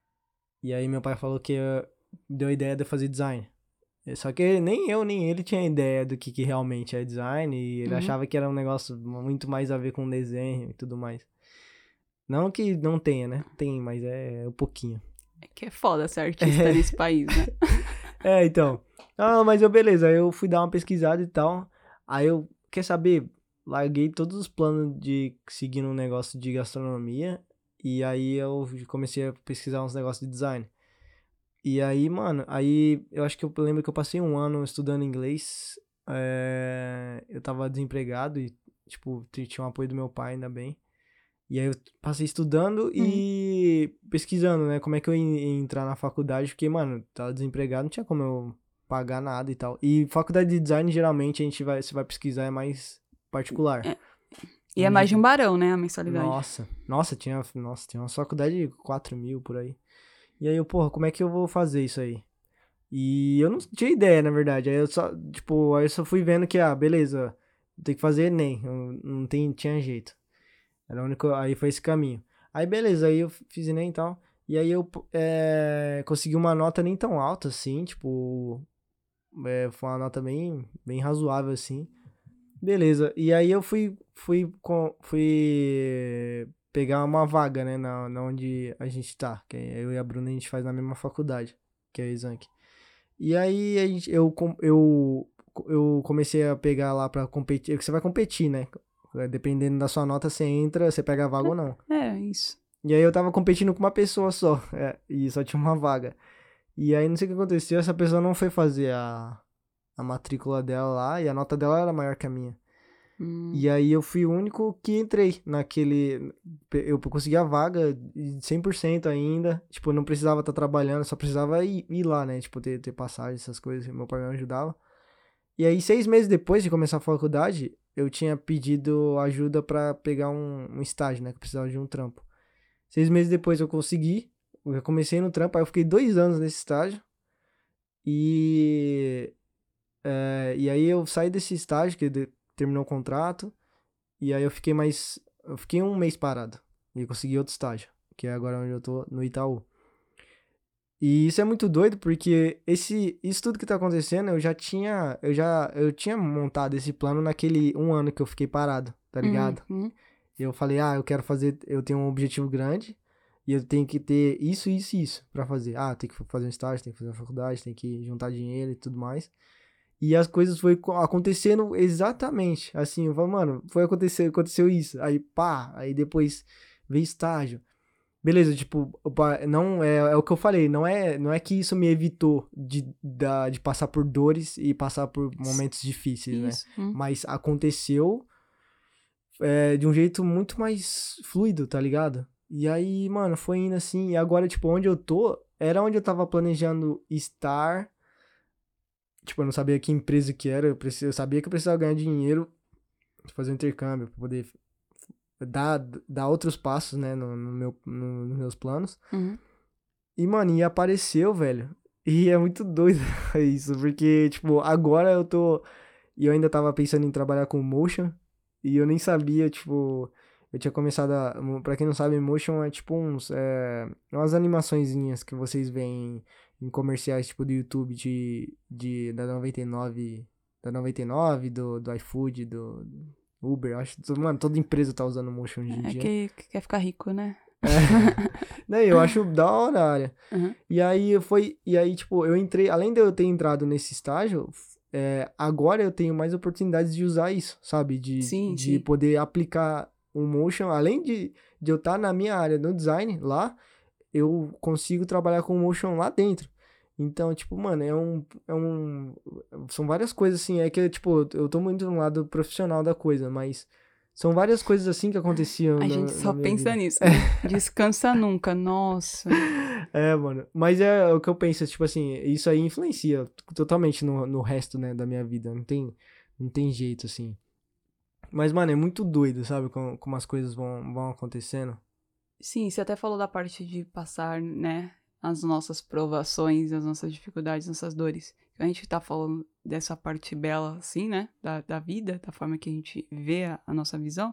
E aí meu pai falou que eh, deu a ideia de eu fazer design. Eh, Só que nem eu nem ele tinha ideia do que, que realmente é design e ele Uhum. achava que era um negócio muito mais a ver com desenho e tudo mais. Não que não tenha, né? Tem, mas é um pouquinho. É que é foda ser artista nesse país, né? É, então. Ah, mas eu, beleza, aí eu fui dar uma pesquisada e tal. Aí eu, quer saber? Larguei todos os planos de seguir um negócio de gastronomia. E aí eu comecei a pesquisar uns negócios de design. E aí, mano, aí eu acho que eu lembro que eu passei um ano estudando inglês. É, eu tava desempregado e, tipo, t- tinha um apoio do meu pai, ainda bem. E aí eu passei estudando Uhum. e pesquisando, né, como é que eu ia ia entrar na faculdade, porque, mano, tava desempregado, não tinha como eu pagar nada e tal. E faculdade de design, geralmente, a gente vai, você vai pesquisar, é mais particular. É. E é mais de um barão, né, a mensalidade. Nossa, nossa, tinha, nossa, tinha uma faculdade de quatro mil por aí. E aí eu, porra, como é que eu vou fazer isso aí? E eu não tinha ideia, na verdade. Aí eu só, tipo, aí eu só fui vendo que, ah, beleza, tem que fazer Enem, eu não tem, tinha jeito. Era o único, aí foi esse caminho. Aí beleza, aí eu fiz Enem e tal. E aí eu é, consegui uma nota nem tão alta assim, tipo, é, foi uma nota bem, bem razoável assim. Beleza, e aí eu fui, fui, com, fui pegar uma vaga, né, na, na onde a gente tá, que é eu e a Bruna, a gente faz na mesma faculdade, que é a Exanc. E aí a gente, eu, com- eu, eu comecei a pegar lá pra competir, porque você vai competir, né, dependendo da sua nota, você entra, você pega a vaga ou não. É, isso. E aí eu tava competindo com uma pessoa só, é, e só tinha uma vaga. E aí não sei o que aconteceu, essa pessoa não foi fazer a, a matrícula dela lá, e a nota dela era maior que a minha. Hum, E aí eu fui o único que entrei naquele. Eu consegui a vaga de cem por cento ainda. Tipo, eu não precisava estar trabalhando, só precisava ir, ir lá, né? Tipo, ter, ter passagem, essas coisas. Meu pai me ajudava. E aí, seis meses depois de começar a faculdade, eu tinha pedido ajuda pra pegar um, um estágio, né? Que eu precisava de um trampo. Seis meses depois eu consegui. Eu comecei no trampo, aí eu fiquei dois anos nesse estágio. E. é, e aí eu saí desse estágio, que de- terminou o contrato. E aí eu fiquei mais. Eu fiquei um mês parado. E consegui outro estágio. Que é agora onde eu tô, no Itaú. E isso é muito doido, porque esse, isso tudo que tá acontecendo, eu já tinha. Eu já. Eu tinha montado esse plano naquele um ano que eu fiquei parado, tá ligado? uhum. Eu falei, ah, eu quero fazer. Eu tenho um objetivo grande. E eu tenho que ter isso, isso e isso pra fazer. Ah, tem que fazer um estágio, tem que fazer uma faculdade, tem que juntar dinheiro e tudo mais. E as coisas foi co- acontecendo exatamente assim. Eu falo, mano, foi acontecer, aconteceu isso. Aí, pá, aí depois veio estágio. Beleza, tipo, opa, não é, é o que eu falei, não é, não é que isso me evitou de, da, de passar por dores e passar por momentos difíceis, né? Isso. Hum. Mas aconteceu é, de um jeito muito mais fluido, tá ligado? E aí, mano, foi indo assim. E agora, tipo, onde eu tô, era onde eu tava planejando estar. Tipo, eu não sabia que empresa que era, eu, precis, eu sabia que eu precisava ganhar dinheiro, fazer um intercâmbio, pra poder dar, dar outros passos, né, no, no meu, no- nos meus planos. Uhum. E, mano, e apareceu, velho. E é muito doido isso, porque, tipo, agora eu tô. E eu ainda tava pensando em trabalhar com motion, e eu nem sabia, tipo. Eu tinha começado a. Pra quem não sabe, motion é tipo uns. É, umas animaçõezinhas que vocês veem em comerciais, tipo, do YouTube de, de, da noventa e nove. Da noventa e nove, do, do iFood, do Uber. Acho que, mano, toda empresa tá usando motion hoje em É dia. que, que quer ficar rico, né? É. Daí eu acho da hora a área. Uhum. E aí foi. E aí, tipo, eu entrei. Além de eu ter entrado nesse estágio, é, agora eu tenho mais oportunidades de usar isso, sabe? De, Sim, de sim. poder aplicar o motion. Além de, de eu estar na minha área no design lá, eu consigo trabalhar com o motion lá dentro. Então, tipo, mano, é um, é um. São várias coisas assim. É que, tipo, eu tô muito no lado profissional da coisa, mas são várias coisas assim que aconteciam A gente na, na só minha pensa vida. nisso, né? Descansa nunca, nossa. É, mano. Mas é o que eu penso, tipo assim, isso aí influencia totalmente no, no resto, né, da minha vida. Não tem, não tem jeito, assim. Mas, mano, é muito doido, sabe? Como, como as coisas vão, vão acontecendo. Sim, você até falou da parte de passar, né, as nossas provações, as nossas dificuldades, nossas dores. A gente tá falando dessa parte bela, assim, né, da, da vida, da forma que a gente vê a, a nossa visão.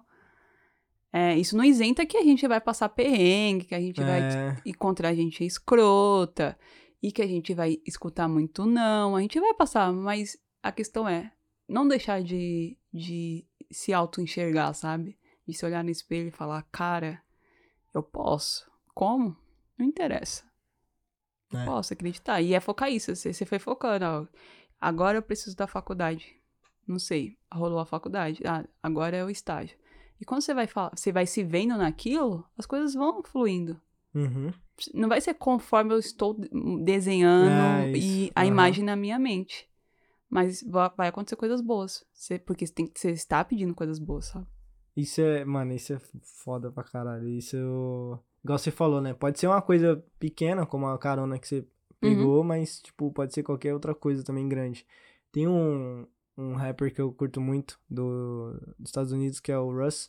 É, isso não isenta que a gente vai passar perrengue, que a gente vai É, encontrar gente escrota e que a gente vai escutar muito não. A gente vai passar, mas a questão é não deixar de, de se auto-enxergar, sabe? De se olhar no espelho e falar, cara, eu posso. Como? Não interessa. Eu é. posso acreditar. E é focar isso. Você, você foi focando, ó. Agora eu preciso da faculdade. Não sei. Rolou a faculdade. Ah, agora é o estágio. E quando você vai falar, você vai se vendo naquilo, as coisas vão fluindo. Uhum. Não vai ser conforme eu estou desenhando É isso. e a Aham. imagem na minha mente. Mas va- vai acontecer coisas boas. Você, porque você, tem, você está pedindo coisas boas, sabe? Isso é, mano, isso é foda pra caralho. Isso, igual você falou, né? Pode ser uma coisa pequena, como a carona que você pegou, uhum. mas, tipo, pode ser qualquer outra coisa também grande. Tem um, um rapper que eu curto muito do, dos Estados Unidos, que é o Russ.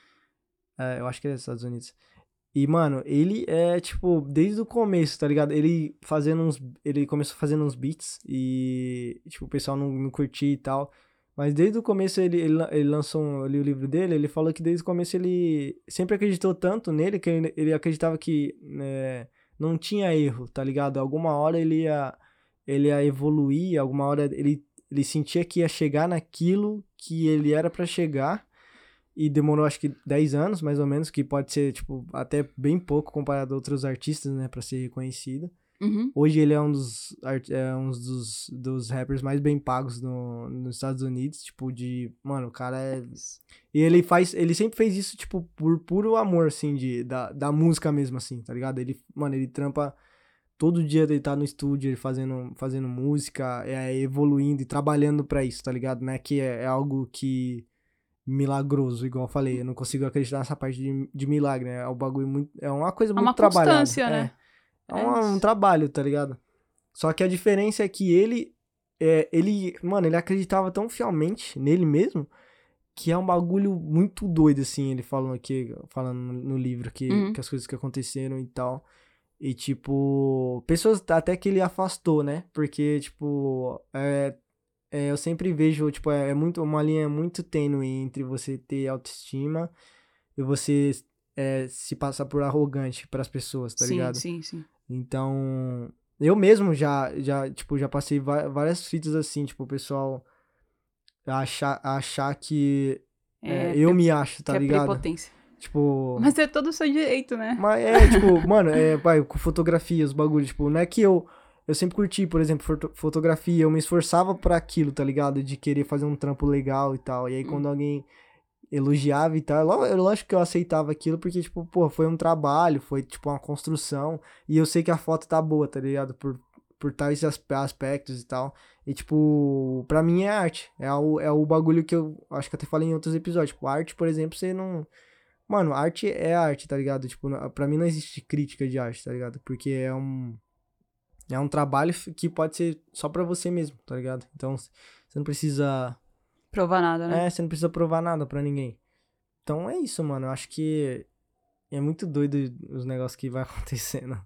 É, eu acho que ele é dos Estados Unidos. E, mano, ele é, tipo, desde o começo, tá ligado? Ele fazendo uns... Ele começou fazendo uns beats e, tipo, o pessoal não, não curtia e tal. Mas desde o começo ele, ele, ele lançou um, eu li o livro dele, ele falou que desde o começo ele sempre acreditou tanto nele que ele, ele acreditava que né, não tinha erro, tá ligado? Alguma hora ele ia, ele ia evoluir, alguma hora ele, ele sentia que ia chegar naquilo que ele era pra chegar. E demorou acho que dez anos, mais ou menos, que pode ser, tipo, até bem pouco comparado a outros artistas, né, pra ser reconhecido. Uhum. Hoje ele é um dos, é um dos, dos rappers mais bem pagos no, nos Estados Unidos, tipo, de... Mano, o cara é... E ele faz... Ele sempre fez isso, tipo, por puro amor, assim, de, da, da música mesmo, assim, tá ligado? Ele, mano, ele trampa... Todo dia ele tá no estúdio, ele fazendo, fazendo música, é, evoluindo e trabalhando pra isso, tá ligado? Não é que é, é algo que... milagroso, igual eu falei. Eu não consigo acreditar nessa parte de, de milagre, né? É um bagulho muito... É uma coisa muito é uma trabalhada. Constância, é. né? É um, um trabalho, tá ligado? Só que a diferença é que ele... É, ele... Mano, ele acreditava tão fielmente nele mesmo que é um bagulho muito doido, assim. Ele falando aqui, falando no livro que, uhum. que as coisas que aconteceram e tal. E, tipo... Pessoas até que ele afastou, né? Porque, tipo... É, É, eu sempre vejo, tipo, é, é muito, uma linha muito tênue entre você ter autoestima e você é, se passar por arrogante pras pessoas, tá sim, ligado? Sim, sim, sim. Então, eu mesmo já, já, tipo, já passei várias fitas assim, tipo, o pessoal achar, achar que é, É, eu pre... me acho, tá que é ligado? prepotência. Tipo... Mas é todo o seu direito, né? Mas é, tipo, mano, é, pai, com fotografia, os bagulhos, tipo, não é que eu... Eu sempre curti, por exemplo, foto- fotografia, eu me esforçava por aquilo, tá ligado? De querer fazer um trampo legal e tal. E aí, quando hum. alguém elogiava e tal, lo- eu lógico que eu aceitava aquilo, porque, tipo, pô, foi um trabalho, foi, tipo, uma construção. E eu sei que a foto tá boa, tá ligado? Por, por tais aspe- aspectos e tal. E, tipo, pra mim é arte. É o, é o bagulho que eu acho que eu até falei em outros episódios. Tipo, arte, por exemplo, você não... Mano, arte é arte, tá ligado? Tipo, pra mim não existe crítica de arte, tá ligado? Porque é um... É um trabalho que pode ser só pra você mesmo, tá ligado? Então, você não precisa... Provar nada, né? É, você não precisa provar nada pra ninguém. Então, é isso, mano. Eu acho que é muito doido os negócios que vai acontecendo.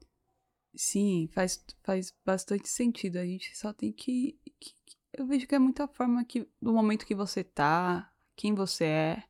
Sim, faz, faz bastante sentido. A gente só tem que, que... Eu vejo que é muita forma que, do momento que você tá, quem você é.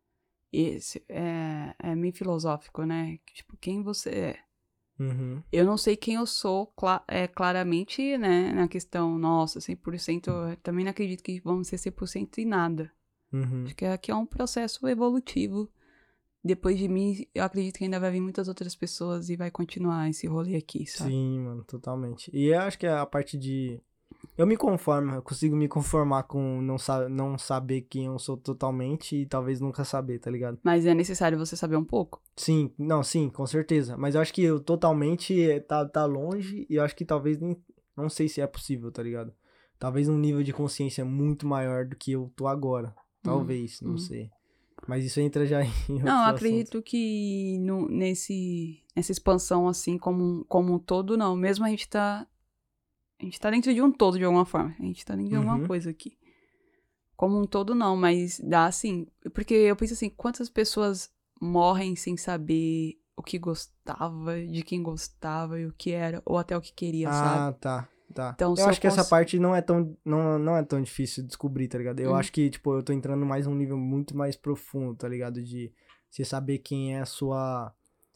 Esse é, é meio filosófico, né? Tipo, quem você é. Uhum. Eu não sei quem eu sou cla é, claramente, né? Na questão, nossa, cem por cento. Eu também não acredito que vamos ser cem por cento em nada. Uhum. Acho que aqui é um processo evolutivo. Depois de mim, eu acredito que ainda vai vir muitas outras pessoas e vai continuar esse rolê aqui, sabe? Sim, mano, totalmente. E eu acho que a parte de... Eu me conformo, eu consigo me conformar com não, sa não saber quem eu sou totalmente e talvez nunca saber, tá ligado? Mas é necessário você saber um pouco? Sim, não, sim, com certeza. Mas eu acho que eu totalmente tá, tá longe e eu acho que talvez nem... Não sei se é possível, tá ligado? Talvez um nível de consciência muito maior do que eu tô agora. Talvez, Hum, não hum. sei. Mas isso entra já em Não, outros eu assuntos. acredito que no, nesse, nessa expansão, assim, como, como um todo, não. Mesmo a gente tá... A gente tá dentro de um todo, de alguma forma. A gente tá dentro de alguma Uhum. coisa aqui. Como um todo, não, mas dá assim. Porque eu penso assim, quantas pessoas morrem sem saber o que gostava, de quem gostava e o que era, ou até o que queria, sabe? Ah, tá, tá. Então, Eu se eu acho que essa cons... parte não é tão, não, não é tão difícil de descobrir, tá ligado? Eu Hum. acho que, tipo, eu tô entrando mais num nível muito mais profundo, tá ligado? De você saber quem é a sua,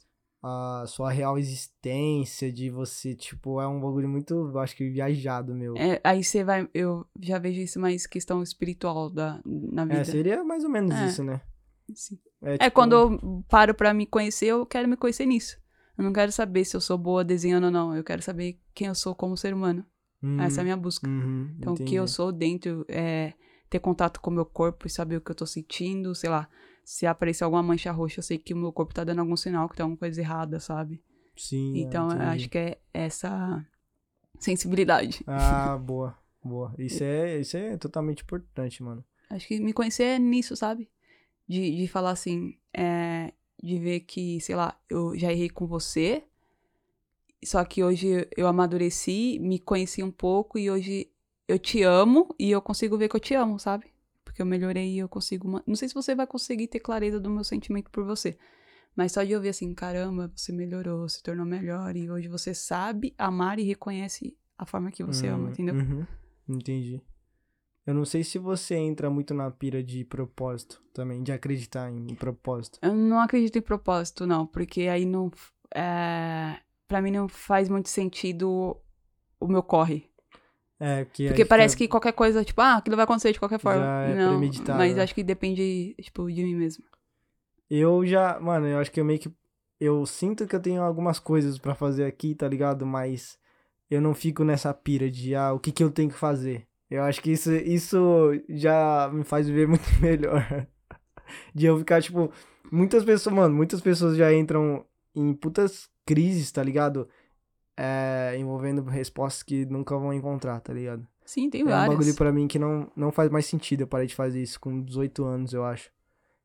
a sua real existência, de você, tipo, é um bagulho muito, eu acho que viajado, meu. É, aí você vai. Eu já vejo isso mais questão espiritual da, na É, vida. seria mais ou menos É, isso, né? sim. É, É, tipo... quando eu paro pra me conhecer, eu quero me conhecer nisso. Eu não quero saber se eu sou boa desenhando ou não. Eu quero saber quem eu sou como ser humano. Hum, Essa é a minha busca. uhum, Então, o que eu entendi. sou dentro é ter contato com o meu corpo e saber o que eu tô sentindo, sei lá. Se aparecer alguma mancha roxa, eu sei que o meu corpo tá dando algum sinal que tem alguma coisa errada, sabe? Sim, é, Então, eu acho entendi. que é essa sensibilidade. Ah, boa, boa. Isso é, isso é totalmente importante, mano. Acho que me conhecer é nisso, sabe? De, de falar assim, é, de ver que, sei lá, eu já errei com você, Só que hoje eu amadureci, me conheci um pouco e hoje eu te amo e eu consigo ver que eu te amo, sabe? Porque eu melhorei e eu consigo... ma- Não sei se você vai conseguir ter clareza do meu sentimento por você. Mas só de ouvir assim, caramba, você melhorou, se tornou melhor. E hoje você sabe amar e reconhece a forma que você ama, Hum, entendeu? uhum, entendi. Eu não sei se você entra muito na pira de propósito também, de acreditar em propósito. Eu não acredito em propósito, não. Porque aí não... É... Pra mim não faz muito sentido o meu corre. É, que aí Porque fica parece que qualquer coisa, tipo, ah, aquilo vai acontecer de qualquer forma. já é Não, premeditado, mas né? acho que depende, tipo, de mim mesmo. Eu já, mano, eu acho que eu meio que eu sinto que eu tenho algumas coisas pra fazer aqui, tá ligado? Mas eu não fico nessa pira de ah, o que que eu tenho que fazer. Eu acho que isso isso já me faz viver muito melhor. De eu ficar tipo, muitas pessoas, mano, muitas pessoas já entram em putas crises, tá ligado? É, envolvendo respostas que nunca vão encontrar, tá ligado? Sim, tem É um bagulho várias. pra mim que não, não faz mais sentido. Eu parei de fazer isso com dezoito anos, eu acho.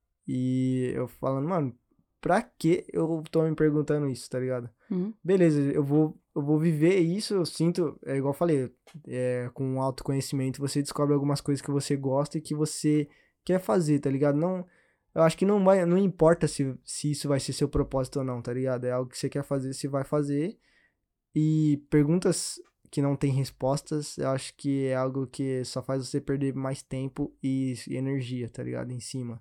E eu falando, mano, pra que eu tô me perguntando isso, tá ligado? Uhum. Beleza, eu vou, eu vou viver isso, eu sinto, é igual eu falei, é, com autoconhecimento você descobre algumas coisas que você gosta e que você quer fazer, tá ligado? Não, eu acho que não vai, não importa se, se isso vai ser seu propósito ou não, tá ligado? É algo que você quer fazer, você vai fazer. E perguntas que não têm respostas, eu acho que é algo que só faz você perder mais tempo e, e energia, tá ligado? Em cima.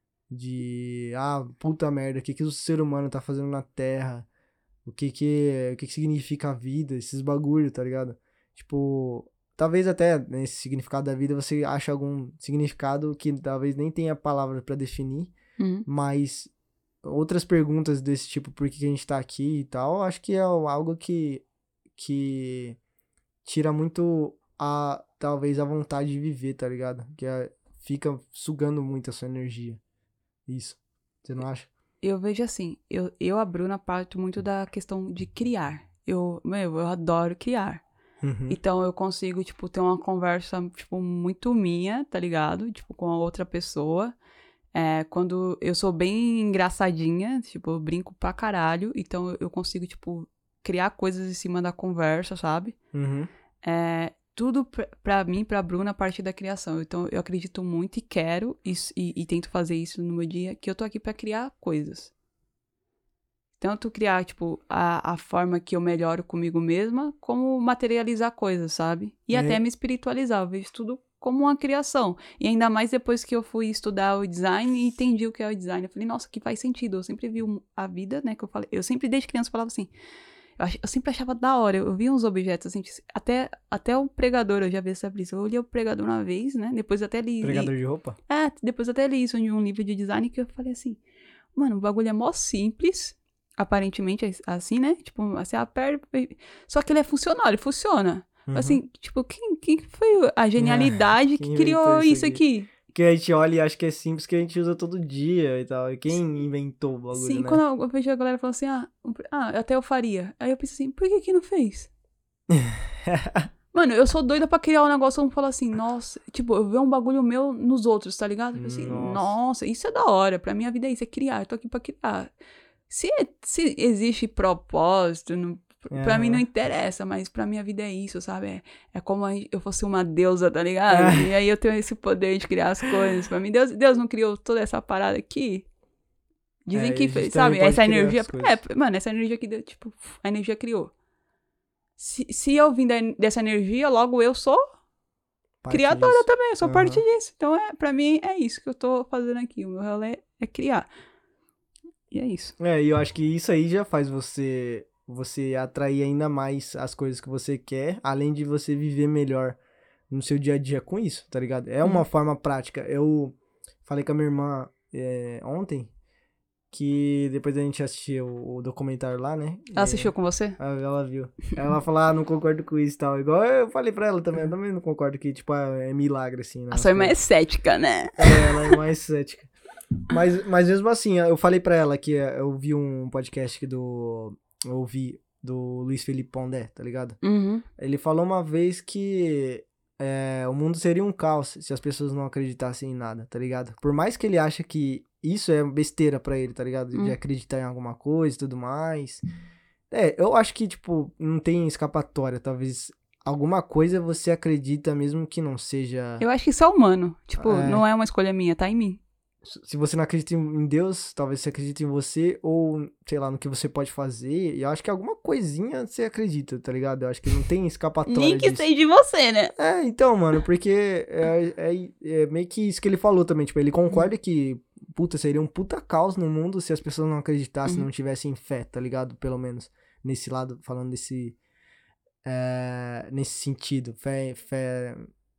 De, ah, puta merda, o que que o ser humano tá fazendo na Terra? O que que, o que que significa a vida? Esses bagulho, tá ligado? Tipo, talvez até nesse significado da vida você ache algum significado que talvez nem tenha palavra pra definir, Uhum. mas outras perguntas desse tipo, por que que a gente tá aqui e tal, acho que é algo que, que tira muito a, talvez, a vontade de viver, tá ligado? Que é, fica sugando muito a sua energia. Isso. Você não acha? Eu vejo assim, eu, eu, a Bruna, parto muito da questão de criar. Eu, meu, eu adoro criar. Uhum. Então eu consigo, tipo, ter uma conversa, tipo, muito minha, tá ligado? Tipo, com a outra pessoa. É, quando eu sou bem engraçadinha, tipo, eu brinco pra caralho. Então eu- eu consigo, tipo, criar coisas em cima da conversa, sabe? Uhum. É, tudo pra, pra mim, pra Bruna, a partir da criação. Então, eu acredito muito e quero isso, e, e tento fazer isso no meu dia, que eu tô aqui pra criar coisas. Tanto criar, tipo, a, a forma que eu melhoro comigo mesma, como materializar coisas, sabe? E até É, me espiritualizar. Eu vejo tudo como uma criação. E ainda mais depois que eu fui estudar o design e entendi o que é o design. Eu falei, nossa, que faz sentido. Eu sempre vi a vida, né, que eu falei. Eu sempre, desde criança, falava assim, Eu, ach- eu sempre achava da hora. Eu, eu via uns objetos assim. Até, até o pregador, eu já vi essa brisa. Eu olhei o pregador uma vez, né? Depois até li. li pregador de roupa? é, depois até li isso em um livro de design que eu falei assim: mano, o bagulho é mó simples. Aparentemente, assim, né? Tipo, assim, aperta. Só que ele é funcional, ele funciona. Uhum. Assim, tipo, quem, quem foi a genialidade que Quem inventou criou isso isso aqui? aqui? Que a gente olha e acha que é simples, que a gente usa todo dia e tal. E quem inventou o bagulho, Sim, quando né? eu, eu vejo a galera falando assim, ah, ah, até eu faria. Aí eu penso assim, por que que não fez? Mano, eu sou doida pra criar um negócio, vamos falar assim, nossa, tipo, eu ver um bagulho meu nos outros, tá ligado? Tipo assim, Nossa. nossa, isso é da hora, pra minha vida é isso, é criar, eu tô aqui pra criar. Se, se existe propósito, não, pra mim não Aham. interessa, mas pra minha vida é isso, sabe? É, é como a- eu fosse uma deusa, tá ligado? E aí eu tenho esse poder de criar as coisas. Pra mim, Deus, Deus não criou toda essa parada aqui? Dizem É, e que a gente fez, também sabe? pode Essa criar energia. as coisas. É, mano, essa energia que deu, tipo, a energia criou. Se, se eu vim da- dessa energia, logo eu sou Parte criadora disso. também, eu sou parte Aham. disso. Então, é, pra mim, é isso que eu tô fazendo aqui. O meu rolê é criar. E é isso. É, e eu acho que isso aí já faz você você atrair ainda mais as coisas que você quer, além de você viver melhor no seu dia a dia com isso, tá ligado? É uma Uhum. forma prática. Eu falei com a minha irmã é, ontem que depois da gente assistir o, o documentário lá, né? Ela É, assistiu com você? ela ela viu. Ela falou, ah, não concordo com isso e tal. Igual eu falei pra ela também, eu também não concordo que, tipo, ah, é milagre, assim, né? A As sua irmã é coisas. cética, né? É, ela é mais cética. Mas, mas mesmo assim, eu falei pra ela que eu vi um podcast que do. Eu ouvi do Luiz Felipe Pondé, tá ligado? Uhum. Ele falou uma vez que é, o mundo seria um caos se as pessoas não acreditassem em nada, tá ligado? Por mais que ele acha que isso é besteira pra ele, tá ligado? De Uhum. acreditar em alguma coisa e tudo mais. É, eu acho que, tipo, não tem escapatória. Talvez alguma coisa você acredita mesmo que não seja... Eu acho que isso é humano. Tipo, É, não é uma escolha minha, tá em mim. se você não acredita em Deus, talvez você acredite em você ou, sei lá, no que você pode fazer. E eu acho que alguma coisinha você acredita, tá ligado? Eu acho que não tem escapatória Nem que disso. seja de você, né? É, então, mano, porque é, é, é meio que isso que ele falou também. Tipo, ele concorda que, puta, seria um puta caos no mundo se as pessoas não acreditassem, Uhum. não tivessem fé, tá ligado? Pelo menos nesse lado, falando desse... É, nesse sentido, fé, fé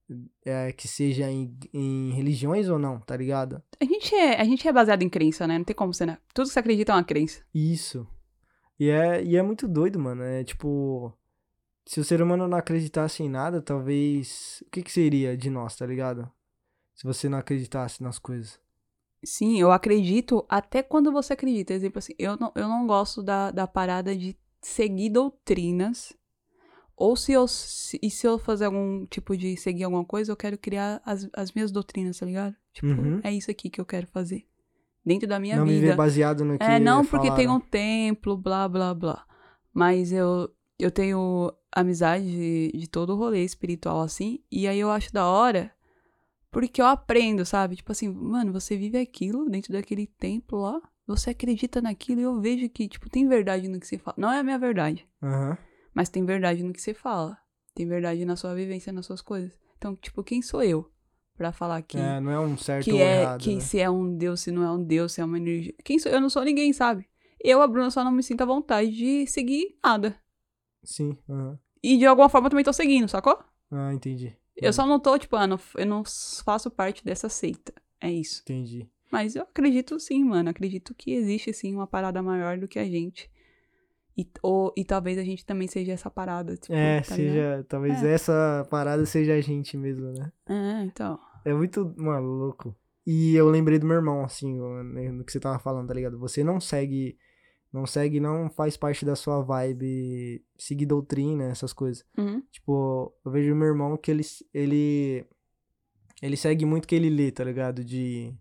é, que seja em, em religiões ou não, tá ligado? A gente, é, a gente é baseado em crença, né? Não tem como ser, né? Tudo que você acredita é uma crença. Isso. E é, e é muito doido, mano. É tipo, se o ser humano não acreditasse em nada, talvez. O que que seria de nós, tá ligado? Se você não acreditasse nas coisas. Sim, eu acredito até quando você acredita. Exemplo assim, eu não, eu não gosto da, da parada de seguir doutrinas. Ou se eu, se, e se eu fazer algum tipo de seguir alguma coisa, eu quero criar as, as minhas doutrinas, tá ligado? Tipo, Uhum. é isso aqui que eu quero fazer. Dentro da minha Não viver vida. baseado no É, que não porque tem falaram. um templo, blá, blá, blá. Mas eu, eu tenho amizade de, de todo o rolê espiritual, assim. E aí eu acho da hora, porque eu aprendo, sabe? Tipo assim, mano, você vive aquilo dentro daquele templo lá. Você acredita naquilo e eu vejo que, tipo, tem verdade no que você fala. Não é a minha verdade, Aham. mas tem verdade no que você fala. Tem verdade na sua vivência, nas suas coisas. Então, tipo, quem sou eu pra falar que É, não é um certo que ou é errado, que né? se é um Deus, se não é um Deus, se é uma energia. Quem sou eu? Não sou ninguém, sabe? Eu, a Bruna, só não me sinto à vontade de seguir nada. Sim. Aham. E de alguma forma eu também tô seguindo, sacou? Ah, entendi. Eu Aham. só não tô, tipo, ah, não, eu não faço parte dessa seita. É isso. Entendi. Mas eu acredito sim, mano. Acredito que existe sim uma parada maior do que a gente. E, ou, e talvez a gente também seja essa parada, tipo, É, tá ligado? seja. Talvez É. essa parada seja a gente mesmo, né? É, então. É muito, mano, louco. E eu lembrei do meu irmão, assim, ó, né, no que você tava falando, tá ligado? Você não segue, não segue, não faz parte da sua vibe seguir doutrina, essas coisas. Uhum. Tipo, eu vejo o meu irmão que ele, ele, ele segue muito o que ele lê, tá ligado? De,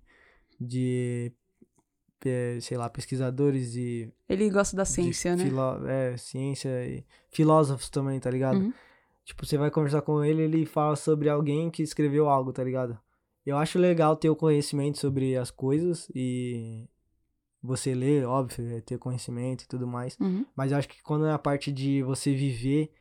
de, eh, sei lá, pesquisadores e Ele gosta da de ciência, né? filó é, ciência e filósofos também, tá ligado? Uhum. Tipo, você vai conversar com ele, ele fala sobre alguém que escreveu algo, tá ligado? Eu acho legal ter o conhecimento sobre as coisas e você ler, óbvio, é ter conhecimento e tudo mais. Uhum. Mas eu acho que quando é a parte de você viver,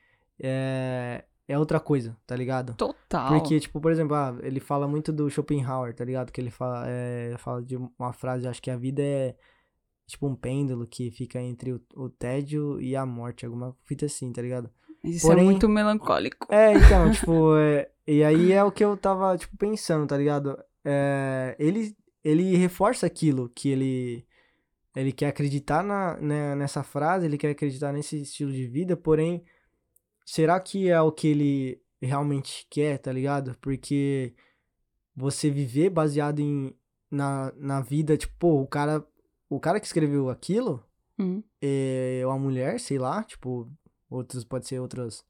é, é outra coisa, tá ligado? Total. Porque, tipo, por exemplo, ah, ele fala muito do Schopenhauer, tá ligado? Que ele fala, é, fala de uma frase, acho que a vida é tipo um pêndulo que fica entre o, o tédio e a morte, alguma fita assim, tá ligado? Mas isso é Porém, muito melancólico. é, então, tipo, é, e aí é o que eu tava, tipo, pensando, tá ligado? É, ele, ele reforça aquilo que ele, ele quer acreditar na, né, nessa frase, ele quer acreditar nesse estilo de vida, porém, será que é o que ele realmente quer, tá ligado? Porque você viver baseado em, na, na vida, tipo, pô, o cara, o cara que escreveu aquilo Uhum. é uma mulher, sei lá, tipo, outros, pode ser outras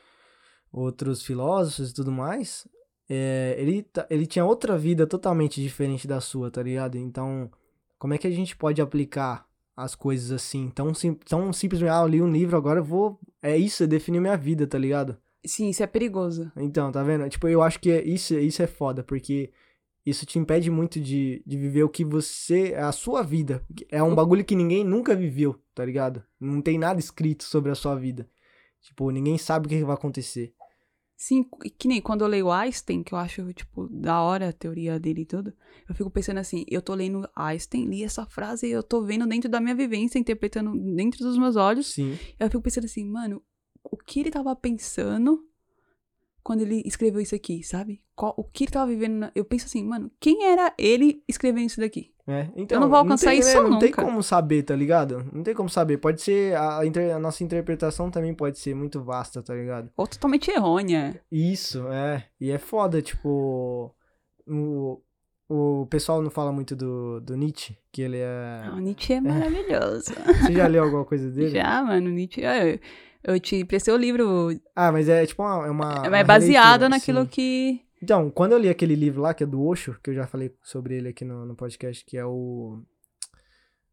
outros filósofos e tudo mais, é, ele, ta- ele tinha outra vida totalmente diferente da sua, tá ligado? Então, como é que a gente pode aplicar as coisas assim, tão, sim, tão simplesmente, ah, eu li um livro, agora eu vou, é isso, definiu minha vida, tá ligado? Sim, isso é perigoso. Então, tá vendo? Tipo, eu acho que é- isso, isso é foda, porque isso te impede muito de, de viver o que você, a sua vida. É um O- bagulho que ninguém nunca viveu, tá ligado? Não tem nada escrito sobre a sua vida. Tipo, ninguém sabe o que que vai acontecer. Sim, que nem quando eu leio Einstein, que eu acho, tipo, da hora a teoria dele e tudo, eu fico pensando assim, eu tô lendo Einstein, li essa frase e eu tô vendo dentro da minha vivência, interpretando dentro dos meus olhos, Sim. eu fico pensando assim, mano, o que ele tava pensando quando ele escreveu isso aqui, sabe? Qual, o que ele tava vivendo, na... eu penso assim, mano, quem era ele escrevendo isso daqui? É, então, Eu não vou alcançar tem, isso né, não tem nunca. como saber, tá ligado? Não tem como saber. Pode ser, a, a inter- a nossa interpretação também pode ser muito vasta, tá ligado? Ou totalmente errônea. Isso, é. E é foda, tipo, o, o pessoal não fala muito do, do Nietzsche, que ele é... Ah, o Nietzsche é é. maravilhoso. Você já leu alguma coisa dele? Já, mano, o Nietzsche. Eu, eu te prestei o livro. Ah, mas é tipo uma, é uma, É uma é baseado releitura, naquilo assim. que. Então, quando eu li aquele livro lá, que é do Osho, que eu já falei sobre ele aqui no, no podcast, que é o...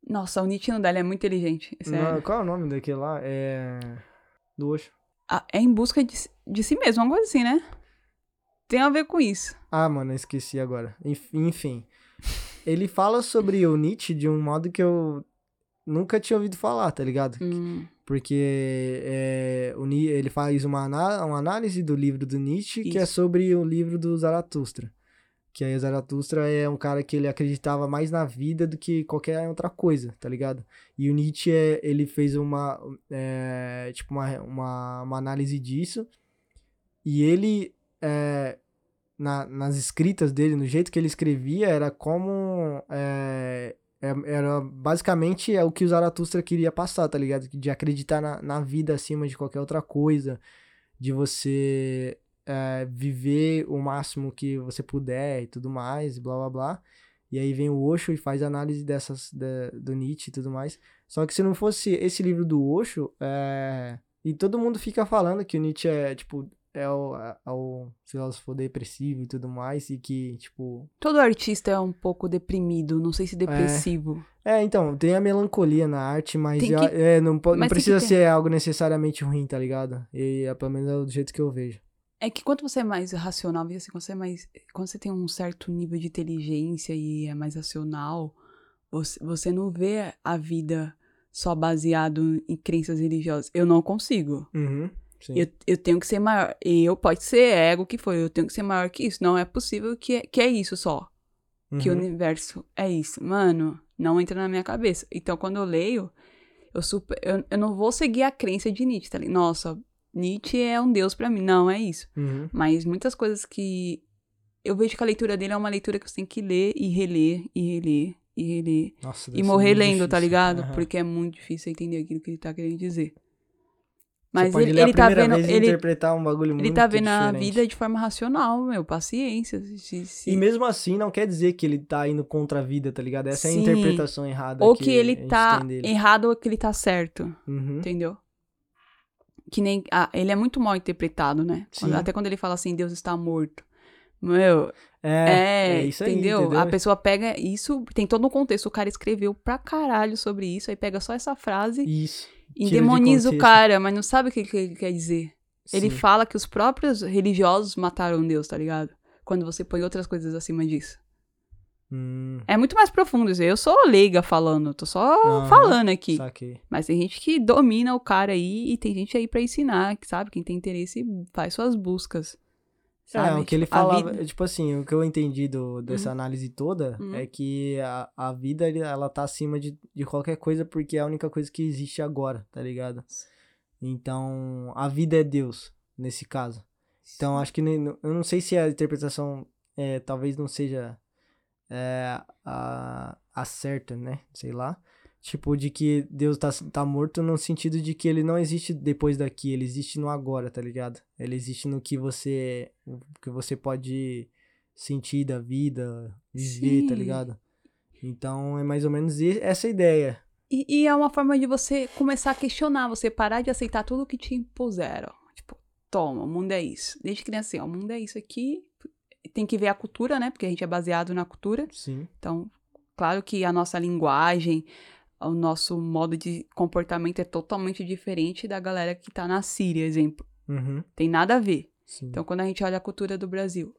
Nossa, o Nietzsche não dá, ele é muito inteligente. Sério. Não, qual é o nome daquele lá? É... Do Osho. Ah, é em busca de, de si mesmo, uma coisa assim, né? Tem a ver com isso. Ah, mano, eu esqueci agora. Enf- Enfim. Ele fala sobre o Nietzsche de um modo que eu nunca tinha ouvido falar, tá ligado? Hum, Porque é, o Ni- ele faz uma, ana- uma análise do livro do Nietzsche, que é isso. sobre o livro do Zaratustra. Que aí o Zaratustra é um cara que ele acreditava mais na vida do que qualquer outra coisa, tá ligado? E o Nietzsche, é, ele fez uma, é, tipo uma, uma, uma análise disso. E ele, é, na- nas escritas dele, no jeito que ele escrevia, era como... é, é- era basicamente é o que o Zaratustra queria passar, tá ligado? De acreditar na, na vida acima de qualquer outra coisa, de você é, viver o máximo que você puder e tudo mais, e blá blá blá. E aí vem o Osho e faz análise dessas da- do Nietzsche e tudo mais. Só que se não fosse esse livro do Osho, é, e todo mundo fica falando que o Nietzsche é, tipo, é o, é o filósofo depressivo e tudo mais, e que, tipo, Todo artista é um pouco deprimido, não sei se é, depressivo. é, então, tem a melancolia na arte, mas Tem eu- que. é, não, po- não Mas tem que precisa ter. ser algo necessariamente ruim, tá ligado? E é, pelo menos é do jeito que eu vejo. É que quando você é mais racional, assim, quando você é mais. Quando você tem um certo nível de inteligência e é mais racional, você, você não vê a vida só baseado em crenças religiosas. Eu não consigo. Uhum, sim. Eu, eu tenho que ser maior. Eu pode ser ego que foi, eu tenho que ser maior que isso. Não é possível que é, que é isso só. Que o Uhum, universo é isso. Mano, não entra na minha cabeça. Então, quando eu leio, eu, super, eu, eu não vou seguir a crença de Nietzsche, tá ligado? Nossa, Nietzsche é um deus pra mim. Não, é isso. uhum. Mas muitas coisas que eu vejo que a leitura dele é uma leitura que você tem que ler e reler, e reler, e reler. Nossa, E deve ser morrer muito lendo, tá difícil. ligado? Aham. Porque é muito difícil entender aquilo que ele tá querendo dizer. Você Mas pode ele, ler a ele tá primeira vendo. vez e Ele, interpretar um bagulho ele muito tá vendo diferente. a vida de forma racional, meu. Paciência. Se, se, E mesmo assim, não quer dizer que ele tá indo contra a vida, tá ligado? Essa é a sim. interpretação errada Ou que, que ele a gente tá tem dele. errado ou que ele tá certo. Uhum. Entendeu? Que nem. Ah, ele é muito mal interpretado, né? Quando- Sim. até quando ele fala assim, Deus está morto. Meu, É, é é, isso aí, entendeu? entendeu? A pessoa pega isso, tem todo um contexto, o cara escreveu pra caralho sobre isso, aí pega só essa frase Isso. e Tira de demoniza o contexto. cara, mas não sabe o que, que ele quer dizer. Ele Sim. fala que os próprios religiosos mataram Deus, tá ligado? Quando você põe outras coisas acima disso. Hum, É muito mais profundo isso. Eu sou leiga falando, tô só aham, falando aqui. saquei. Mas tem gente que domina o cara aí e tem gente aí pra ensinar, que sabe? Quem tem interesse faz suas buscas. Sabe? É, o que ele Tipo, a falava, vida- tipo assim, o que eu entendi do, dessa Uhum. análise toda Uhum. é que a, a vida, ele- ela tá acima de, de qualquer coisa porque é a única coisa que existe agora, tá ligado? Então, a vida é Deus, nesse caso. Então, acho que, nem- eu não sei se a interpretação é, talvez não seja é, a, a certa, né? Sei lá. Tipo, de que Deus tá, tá morto no sentido de que ele não existe depois daqui, ele existe no agora, tá ligado? Ele existe no que você, o que você pode sentir da vida, viver, tá Sim. ligado? Então, é mais ou menos e- essa ideia. E, e é uma forma de você começar a questionar, você parar de aceitar tudo que te impuseram. Tipo, toma, o mundo é isso. Desde criança, assim, ó, o mundo é isso aqui. Tem que ver a cultura, né? Porque a gente é baseado na cultura. Sim. Então, claro que a nossa linguagem, o nosso modo de comportamento é totalmente diferente da galera que tá na Síria, exemplo. Uhum. Tem nada a ver. Sim. Então, quando a gente olha a cultura do Brasil,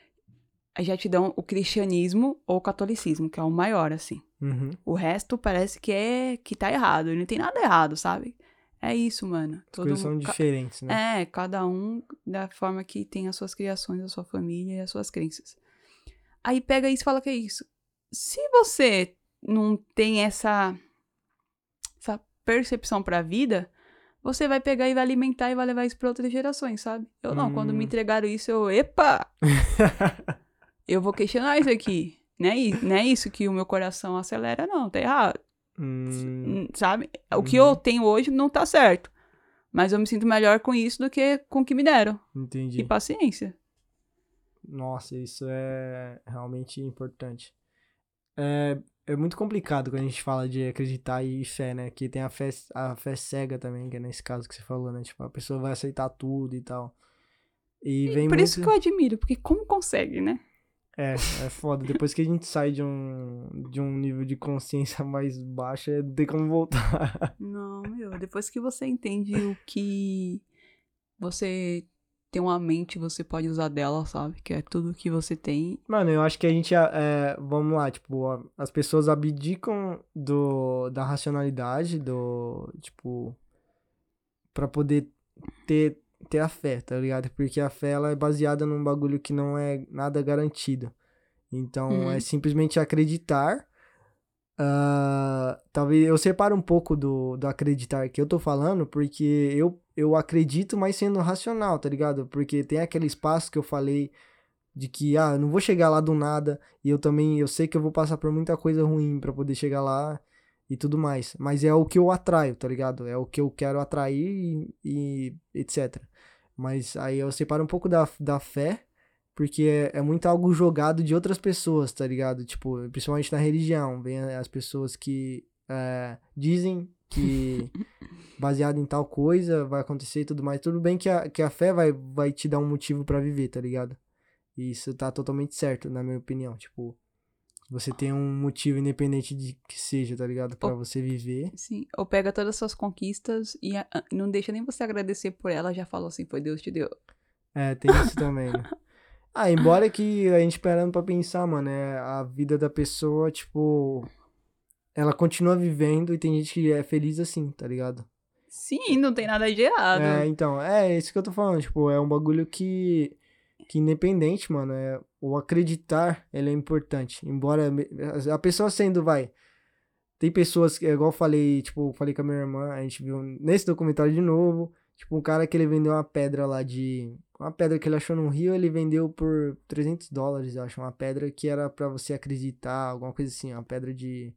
já te dão o cristianismo ou o catolicismo, que é o maior, assim. Uhum. O resto parece que é que tá errado. E não tem nada errado, sabe? É isso, mano. As Todo coisas são mu- ca- diferentes, né? É, cada um da forma que tem as suas criações, a sua família e as suas crenças. Aí pega isso e fala que é isso. Se você não tem essa, essa percepção pra vida, você vai pegar e vai alimentar e vai levar isso pra outras gerações, sabe? Eu não, quando me Hum. entregaram isso, eu, epa! Eu vou questionar isso aqui. Não é, i- não é isso que o meu coração acelera, não, tá errado. Hum, Hum, Sabe? O que Uhum. eu tenho hoje não tá certo. Mas eu me sinto melhor com isso do que com o que me deram. entendi. E paciência. Nossa, isso é realmente importante. É, é muito complicado quando a gente fala de acreditar e fé, né? Que tem a fé, a fé cega também, que é nesse caso que você falou, né? Tipo, a pessoa vai aceitar tudo e tal. E vem Por muito... isso que eu admiro, porque como consegue, né? É, é foda. Depois que a gente sai de um, de um nível de consciência mais baixo, é, não tem como voltar. Não, meu, depois que você entende o que você tem uma mente, você pode usar dela, sabe? Que é tudo que você tem. Mano, eu acho que a gente, é, vamos lá, tipo, a- as pessoas abdicam do, da racionalidade, do, tipo, pra poder ter, ter a fé, tá ligado? Porque a fé, ela é baseada num bagulho que não é nada garantido. Então, é Uhum. simplesmente acreditar. Ah, talvez eu separo um pouco do, do acreditar que eu tô falando, porque eu, eu acredito, mas sendo racional, tá ligado? Porque tem aquele espaço que eu falei de que, ah, eu não vou chegar lá do nada, e eu também, eu sei que eu vou passar por muita coisa ruim pra poder chegar lá e tudo mais. Mas é o que eu atraio, tá ligado? É o que eu quero atrair e, e etcétera. Mas aí eu separo um pouco da, da fé, porque é, é muito algo jogado de outras pessoas, tá ligado? Tipo, principalmente na religião, vem as pessoas que é, dizem que baseado em tal coisa vai acontecer e tudo mais. Tudo bem que a, que a fé vai, vai te dar um motivo pra viver, tá ligado? E isso tá totalmente certo, na minha opinião. Tipo, você tem um motivo independente de que seja, tá ligado? Pra Ou, você viver. sim, ou pega todas as suas conquistas e a- a- não deixa nem você agradecer por ela, já falou assim, foi Deus te deu. É, tem isso também, né? Ah, embora que a gente parando pra pensar, mano, é a vida da pessoa, tipo, ela continua vivendo e tem gente que é feliz assim, tá ligado? Sim, não tem nada de É, errado. então, é isso que eu tô falando, tipo, é um bagulho que, que independente, mano, é, o acreditar, ele é importante. Embora me- a pessoa sendo, vai, tem pessoas que, igual eu falei, tipo, eu falei com a minha irmã, a gente viu nesse documentário de novo, tipo, um cara que ele vendeu uma pedra lá de, uma pedra que ele achou no rio, ele vendeu por trezentos dólares, eu acho, uma pedra que era pra você acreditar, alguma coisa assim, uma pedra de,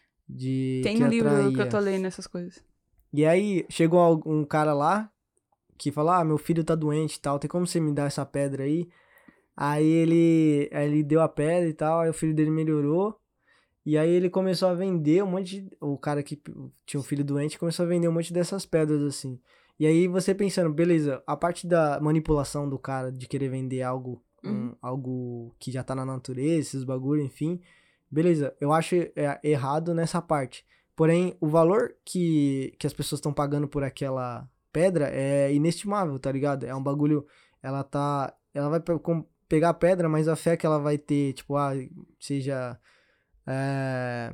de, Tem que no livro que eu atraía. tô lendo essas coisas. E aí, chegou al- um cara lá, que falou, ah, meu filho tá doente e tal, tem como você me dar essa pedra aí? Aí ele, aí ele deu a pedra e tal, aí o filho dele melhorou. E aí ele começou a vender um monte de... O cara que tinha um filho doente começou a vender um monte dessas pedras, assim. E aí você pensando, beleza, a parte da manipulação do cara de querer vender algo, Uhum. um, algo que já tá na natureza, esses bagulho, enfim. Beleza, eu acho é, errado nessa parte. Porém, o valor que, que as pessoas estão pagando por aquela pedra é inestimável, tá ligado? É um bagulho, ela tá... Ela vai pe- com- pegar a pedra, mas a fé que ela vai ter, tipo, ah, seja... É,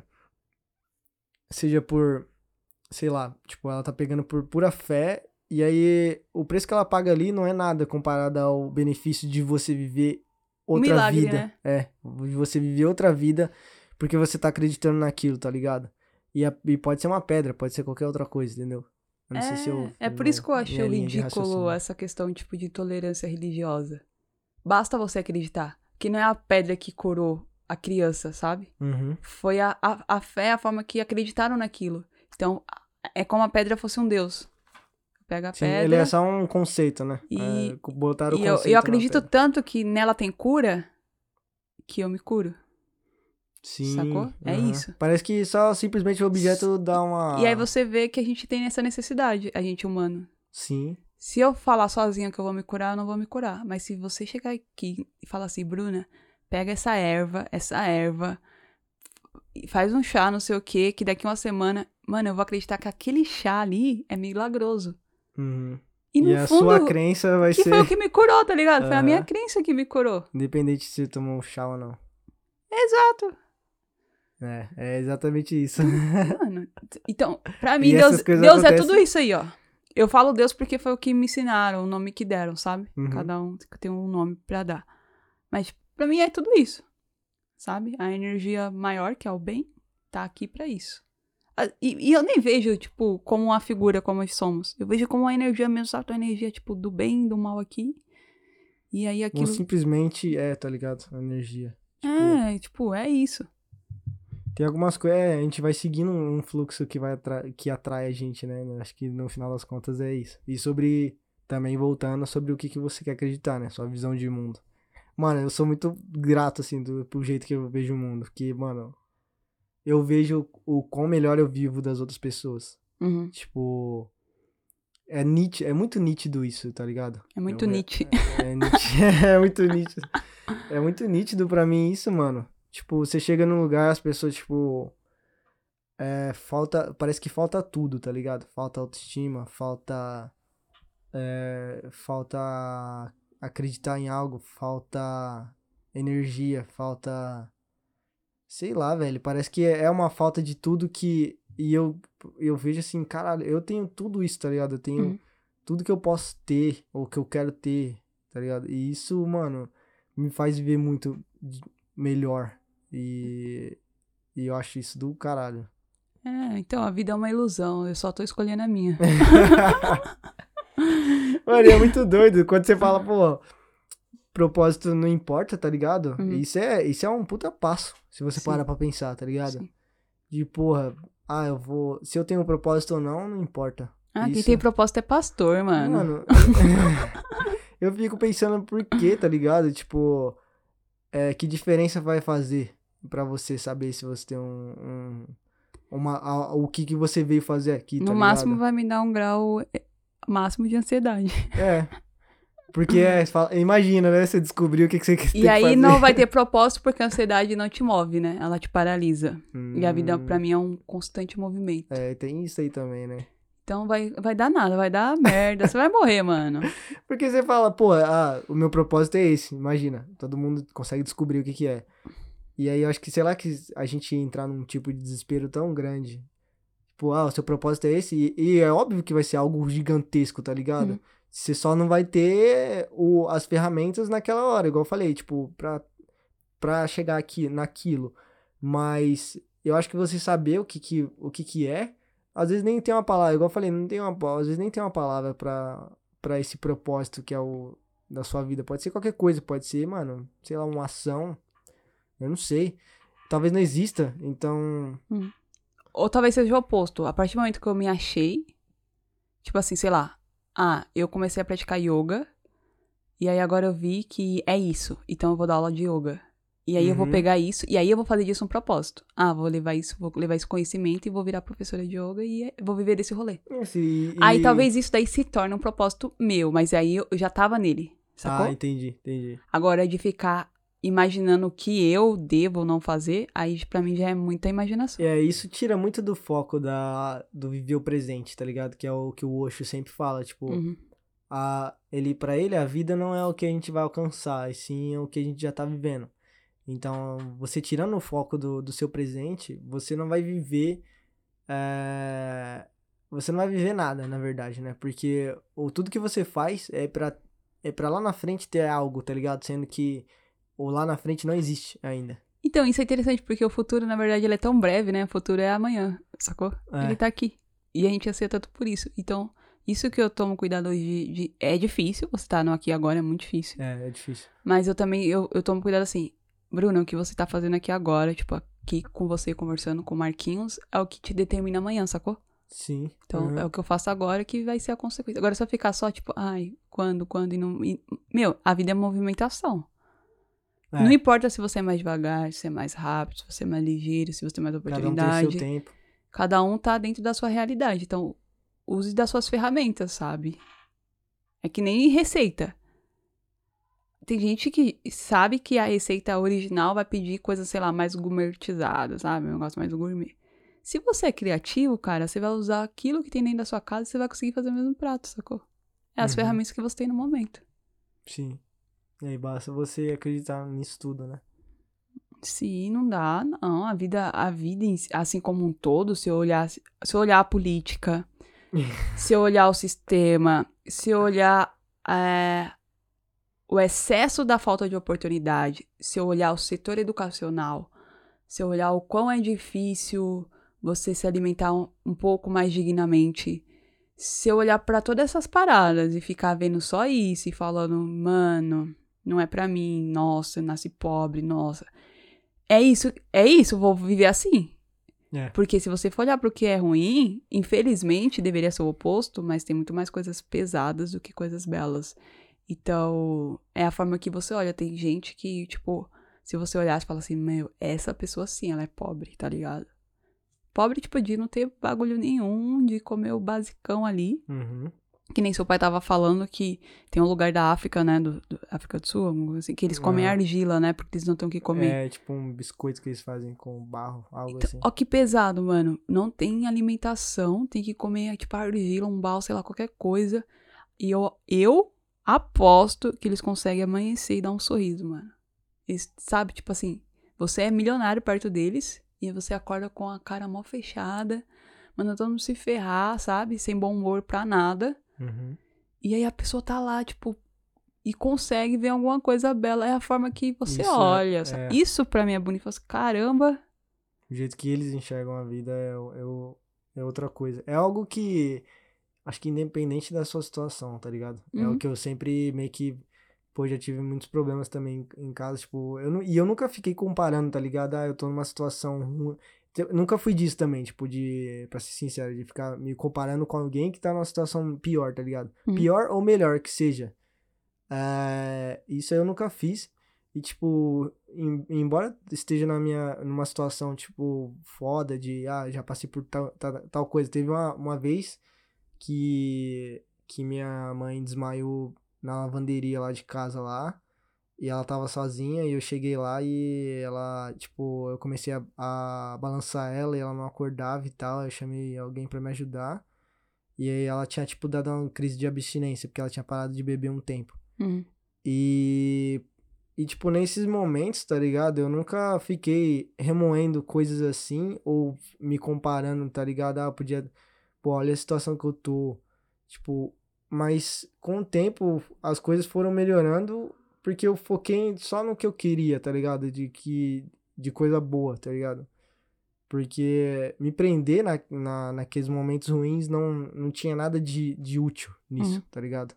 seja por, sei lá, tipo, ela tá pegando por pura fé, e aí o preço que ela paga ali não é nada comparado ao benefício de você viver Um outra milagre, vida. né? É, de você viver outra vida porque você tá acreditando naquilo, tá ligado? E, a- e pode ser uma pedra, pode ser qualquer outra coisa, entendeu? Eu não sei se eu É, é fiz por isso no- que eu acho minha linha de ridículo raciocínio. essa questão, tipo, de tolerância religiosa. Basta você acreditar que não é a pedra que curou a criança, sabe? Uhum. Foi a, a, a fé, a forma que acreditaram naquilo. Então, é como a pedra fosse um deus. Pega a Sim, ele é pedra só um conceito, né? É, e, botaram o e eu, eu conceito na acredito pedra. tanto que nela tem cura que eu me curo, Sim, sacou? É aham. isso. Parece que só simplesmente o S- objeto dá E, e aí uma. você vê que a gente tem essa necessidade, a gente humano. Sim. Se eu falar sozinha que eu vou me curar, eu não vou me curar. Mas se você chegar aqui e falar assim, Bruna, pega essa erva, essa erva, e faz um chá, não sei o quê, que daqui uma semana, mano, eu vou acreditar que aquele chá ali é milagroso. Uhum. E E no a sua fundo, crença vai que foi o que ser. me curou, tá ligado? Foi a minha Aham. crença que me curou. Independente se você tomou um chá ou não. Exato. É, é exatamente isso. Mano, t- então, pra mim, E Deus, essas coisas Deus é tudo acontecem. isso aí, ó. Eu falo Deus porque foi o que me ensinaram, o nome que deram, sabe? Uhum. Cada um tem um nome pra dar. Mas pra mim é tudo isso, sabe? A energia maior, que é o bem, tá aqui pra isso. Ah, E, e eu nem vejo, tipo, como uma figura como nós somos. Eu vejo como uma energia mesmo, sabe? Uma energia, tipo, do bem, do mal aqui. E aí Ou aquilo. simplesmente é, tá ligado? A energia. Tipo, É, tipo, é isso. tem algumas coisas. É, a gente vai seguindo um fluxo que, vai atra... que atrai a gente, né? Acho que no final das contas é isso. E sobre. Também voltando sobre o que, que você quer acreditar, né? Sua visão de mundo. Mano, eu sou muito grato, assim, do, pro jeito que eu vejo o mundo. Porque, mano, eu vejo o quão melhor eu vivo das outras pessoas. Uhum. Tipo, É, nít, é muito nítido isso, tá ligado? É muito Eu- nítido. É, é, nítido, é muito nítido. É muito nítido pra mim isso, mano. Tipo, você chega num lugar, as pessoas, tipo. É, falta. Parece que falta tudo, tá ligado? Falta autoestima, falta. É, falta acreditar em algo, falta energia, falta. Sei lá, velho. Parece que é uma falta de tudo que. E eu, eu vejo assim, caralho, eu tenho tudo isso, tá ligado? Eu tenho Uhum. tudo que eu posso ter, ou que eu quero ter, tá ligado? E isso, mano, me faz viver muito de- melhor. E, e eu acho isso do caralho. É, então a vida é uma ilusão, eu só tô escolhendo a minha. Mano, e é muito doido quando você fala, pô, propósito não importa, tá ligado? Uhum. Isso é, isso é um puta passo, se você Sim, parar pra pensar, tá ligado? sim. De porra, ah, eu vou. Se eu tenho um propósito ou não, não importa. Ah, quem Isso, tem propósito é pastor, mano. mano, eu fico pensando por quê, tá ligado? Tipo, é, que diferença vai fazer pra você saber se você tem um. um- uma, a- o que que você veio fazer aqui, tá No máximo ligado? vai me dar um grau eh, máximo de ansiedade. É, porque é, você fala- imagina, né? Você descobriu o que que você E tem que aí fazer. não vai ter propósito porque a ansiedade não te move, né? Ela te paralisa. E a vida pra Hum, mim é um constante movimento. é, tem isso aí também, né? Então vai, vai dar nada, vai dar merda. Você vai morrer, mano. Porque você fala, pô, ah, o meu propósito é esse, imagina. Todo mundo consegue descobrir o que que é. E aí eu acho que, sei lá, que a gente ia entrar num tipo de desespero tão grande. Tipo, ah, o seu propósito é esse. E, e é óbvio que vai ser algo gigantesco, tá ligado? Uhum. Você só não vai ter o, as ferramentas naquela hora, igual eu falei, tipo, pra, pra chegar aqui, naquilo. Mas eu acho que você saber o que que, o que que é, às vezes nem tem uma palavra, igual eu falei, não tem uma, às vezes nem tem uma palavra pra, pra esse propósito que é o da sua vida. Pode ser qualquer coisa, pode ser, mano, sei lá, uma ação, eu não sei. Talvez não exista, então. Hum. Ou talvez seja o oposto. A partir do momento que eu me achei, tipo assim, sei lá. Ah, eu comecei a praticar yoga. E aí agora eu vi que é isso. Então eu vou dar aula de yoga. E aí eu vou Uhum. pegar isso. E aí eu vou fazer disso um propósito. Ah, vou levar isso, vou levar esse conhecimento e vou virar professora de yoga e vou viver desse rolê. Esse, e... Aí talvez isso daí se torne um propósito meu. Mas aí eu já tava nele. Sacou? Ah, entendi, entendi. Agora de ficar imaginando o que eu devo ou não fazer, aí pra mim já é muita imaginação. É, isso tira muito do foco da, do viver o presente, tá ligado? Que é o que o Osho sempre fala, tipo, Uhum. a, ele, pra ele a vida não é o que a gente vai alcançar, e sim é o que a gente já tá vivendo. Então, você tirando o foco do, do seu presente, você não vai viver, é, você não vai viver nada, na verdade, né? Porque o, tudo que você faz é pra, é pra lá na frente ter algo, tá ligado? Sendo que o lá na frente não existe ainda. Então, isso é interessante, porque o futuro, na verdade, ele é tão breve, né? O futuro é amanhã, sacou? É. Ele tá aqui. E a gente aceita tudo por isso. Então, isso que eu tomo cuidado hoje de... de- é difícil, você tá no aqui e agora, é muito difícil. É, é difícil. Mas eu também, eu, eu tomo cuidado assim, Bruno, o que você tá fazendo aqui agora, tipo, aqui com você conversando com o Marquinhos, é o que te determina amanhã, sacou? Sim. Então, uhum. é o que eu faço agora que vai ser a consequência. Agora, se eu ficar só, tipo, ai, quando, quando e não... e- meu, a vida é movimentação. É, Não importa se você é mais devagar, se você é mais rápido, se você é mais ligeiro, se você tem mais cada um tem oportunidade. seu tempo. Cada um tá dentro da sua realidade. Então, use das suas ferramentas, sabe? É que nem receita. Tem gente que sabe que a receita original vai pedir coisas, sei lá, mais gourmetizadas, sabe? Um negócio mais gourmet. Se você é criativo, cara, você vai usar aquilo que tem dentro da sua casa e você vai conseguir fazer o mesmo prato, sacou? É as Uhum. ferramentas que você tem no momento. Sim. E aí basta você acreditar nisso tudo, né? Sim, não dá, não. A vida, a vida em si, assim como um todo, se eu olhar, se eu olhar a política, se eu olhar o sistema, se eu olhar é, o excesso da falta de oportunidade, se eu olhar o setor educacional, se eu olhar o quão é difícil você se alimentar um, um pouco mais dignamente, se eu olhar pra todas essas paradas e ficar vendo só isso e falando, mano, não é pra mim, nossa, eu nasci pobre, nossa. É isso, é isso, vou viver assim. É. Porque se você for olhar pro que é ruim, infelizmente deveria ser o oposto, mas tem muito mais coisas pesadas do que coisas belas. Então, é a forma que você olha. Tem gente que, tipo, se você olhar e fala assim, meu, essa pessoa sim, ela é pobre, tá ligado? Pobre, tipo, de não ter bagulho nenhum, de comer o basicão ali. Uhum. Que nem seu pai tava falando que tem um lugar da África, né? Do, do África do Sul, assim, que eles comem Ah. argila, né? Porque eles não têm o que comer. É tipo um biscoito que eles fazem com barro, algo Então, assim. ó que pesado, mano. Não tem alimentação, tem que comer, tipo, argila, um barro, sei lá, qualquer coisa. E eu, eu aposto que eles conseguem amanhecer e dar um sorriso, mano. Eles, sabe, tipo assim, você é milionário perto deles e você acorda com a cara mó fechada, mandando todo mundo se ferrar, sabe? Sem bom humor pra nada. Uhum. E aí a pessoa tá lá, tipo, e consegue ver alguma coisa bela. É a forma que você Isso olha. é, sabe? é. Isso pra mim é bonito. Fala assim, caramba. O jeito que eles enxergam a vida é, é, é outra coisa. É algo que, acho que independente da sua situação, tá ligado? É o Uhum. que eu sempre meio que, pô, já tive muitos problemas também em casa, tipo, eu não, e eu nunca fiquei comparando, tá ligado? Ah, eu tô numa situação ruim. Eu nunca fui disso também, tipo, de, pra ser sincero, de ficar me comparando com alguém que tá numa situação pior, tá ligado? Uhum. Pior ou melhor que seja. É, isso aí eu nunca fiz. E, tipo, em- embora esteja na minha, numa situação, tipo, foda de, ah, já passei por tal, tal, tal coisa. Teve uma, uma vez que, que minha mãe desmaiou na lavanderia lá de casa lá. E ela tava sozinha e eu cheguei lá e ela, tipo, eu comecei a, a balançar ela e ela não acordava e tal. Eu chamei alguém pra me ajudar. E aí ela tinha, tipo, dado uma crise de abstinência, porque ela tinha parado de beber um tempo. Uhum. E, e, tipo, nesses momentos, tá ligado? Eu nunca fiquei remoendo coisas assim ou me comparando, tá ligado? Ah, eu podia. Pô, olha a situação que eu tô. Tipo, mas com o tempo as coisas foram melhorando porque eu foquei só no que eu queria, tá ligado? De que. De coisa boa, tá ligado? Porque me prender na, na, naqueles momentos ruins não, não tinha nada de, de útil nisso, Uhum. tá ligado?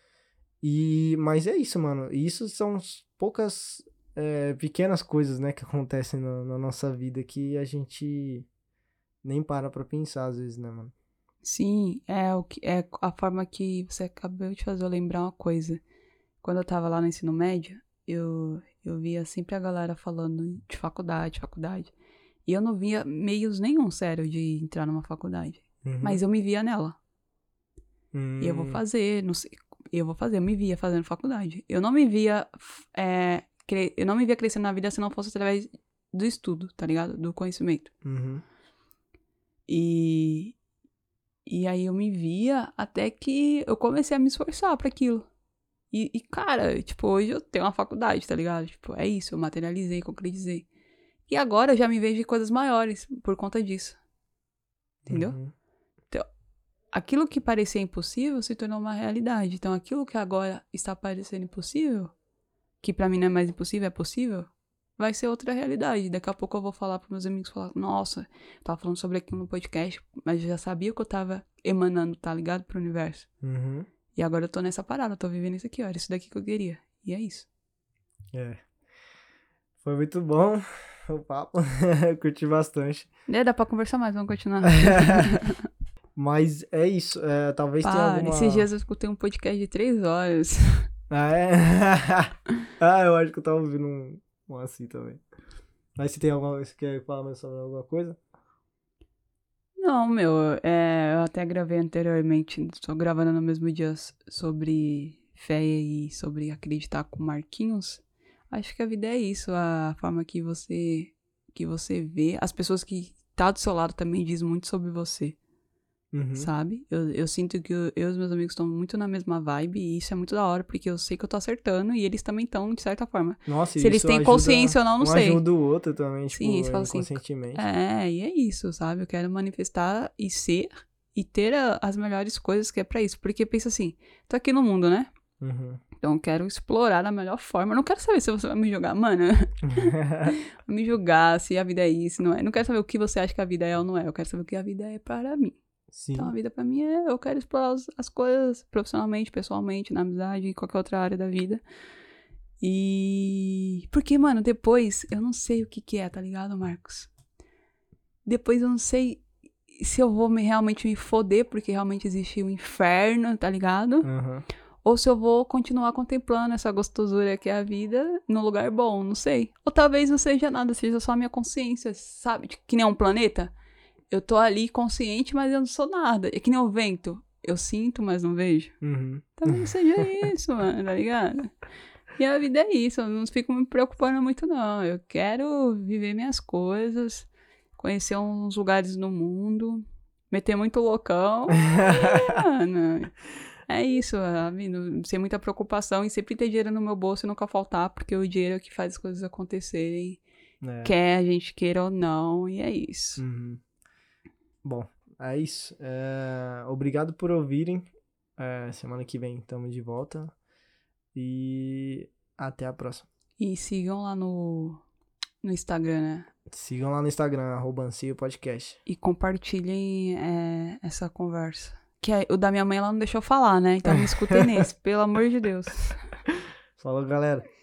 E, mas é isso, mano. E isso são s- poucas é, pequenas coisas, né, que acontecem na, na nossa vida que a gente nem para pra pensar às vezes, né, mano? Sim, é, o que, é a forma que você acabou de fazer eu lembrar uma coisa. Quando eu tava lá no ensino médio, eu, eu via sempre a galera falando de faculdade, faculdade. E eu não via meios nenhum sério de entrar numa faculdade. Uhum. Mas eu me via nela. E eu vou Hum, fazer, não sei, eu vou fazer, eu me via fazendo faculdade. Eu não me via, é, cre- eu não me via crescendo na vida se não fosse através do estudo, tá ligado? Do conhecimento. uhum. E, e aí eu me via até que eu comecei a me esforçar pra aquilo. E, e, cara, tipo, hoje eu tenho uma faculdade, tá ligado? Tipo, é isso, eu materializei, concretizei. E agora eu já me vejo em coisas maiores por conta disso. Entendeu? Uhum. Então, aquilo que parecia impossível se tornou uma realidade. Então, aquilo que agora está parecendo impossível, que pra mim não é mais impossível, é possível, vai ser outra realidade. Daqui a pouco eu vou falar pros meus amigos, falar, nossa, eu tava falando sobre aquilo no podcast, mas eu já sabia que eu tava emanando, tá ligado? Pro universo. Uhum. E agora eu tô nessa parada, eu tô vivendo isso aqui, ó, era isso daqui que eu queria. E é isso. É. Foi muito bom o papo. Eu curti bastante. É, dá pra conversar mais, vamos continuar. Mas é isso. É, talvez tenha Para, esses alguma. dias eu escutei um podcast de três horas. Ah, é? Ah, eu acho que eu tava ouvindo um, um assim também. Mas se tem alguma coisa que quer falar mais sobre alguma coisa? Não, meu, é, eu até gravei anteriormente, tô gravando no mesmo dia s- sobre fé e sobre acreditar com Marquinhos. Acho que a vida é isso, a forma que você que você vê, as pessoas que tá do seu lado também diz muito sobre você, Uhum. sabe? Eu, eu sinto que eu, eu e os meus amigos estão muito na mesma vibe e isso é muito da hora, porque eu sei que eu tô acertando e eles também estão, de certa forma. Nossa, Se eles isso têm ajuda. consciência ou não, não Um sei. ajuda o outro também, Sim, tipo, você fala assim, inconscientemente. é, e é isso, sabe? Eu quero manifestar e ser e ter a- as melhores coisas que é pra isso. Porque pensa assim, tô aqui no mundo, né? Uhum. Então eu quero explorar da melhor forma. Eu não quero saber se você vai me julgar, mano. Vai me julgar se a vida é isso, não é. Eu não quero saber o que você acha que a vida é ou não é. Eu quero saber o que a vida é para mim. Então a Sim. vida pra mim é, eu quero explorar os- as coisas profissionalmente, pessoalmente, na amizade, em qualquer outra área da vida. E porque, mano, depois eu não sei o que que é, tá ligado, Marcos? Depois eu não sei se eu vou me, realmente me foder porque realmente existe o inferno, tá ligado? Uhum. Ou se eu vou continuar contemplando essa gostosura que é a vida num lugar bom, não sei. Ou talvez não seja nada, seja só a minha consciência, sabe? Que nem um planeta. Eu tô ali consciente, mas eu não sou nada. É que nem o vento. eu sinto, mas não vejo. Uhum. Também seja isso, mano, tá ligado? E a vida é isso, eu não fico me preocupando muito, não. Eu quero viver minhas coisas, conhecer uns lugares no mundo, meter muito loucão. E, mano, é isso, sabe? Não- sem muita preocupação e sempre ter dinheiro no meu bolso e nunca faltar, porque o dinheiro é o que faz as coisas acontecerem, É. quer a gente queira ou não, e é isso. Uhum. Bom, é isso. É, Obrigado por ouvirem. É, Semana que vem estamos de volta. E até a próxima. E sigam lá no, no Instagram, né? Sigam lá no Instagram, arroba Anseio Podcast. E compartilhem é, essa conversa. Que é- o da minha mãe ela não deixou falar, né? Então me escutem nesse, pelo amor de Deus. Falou, galera.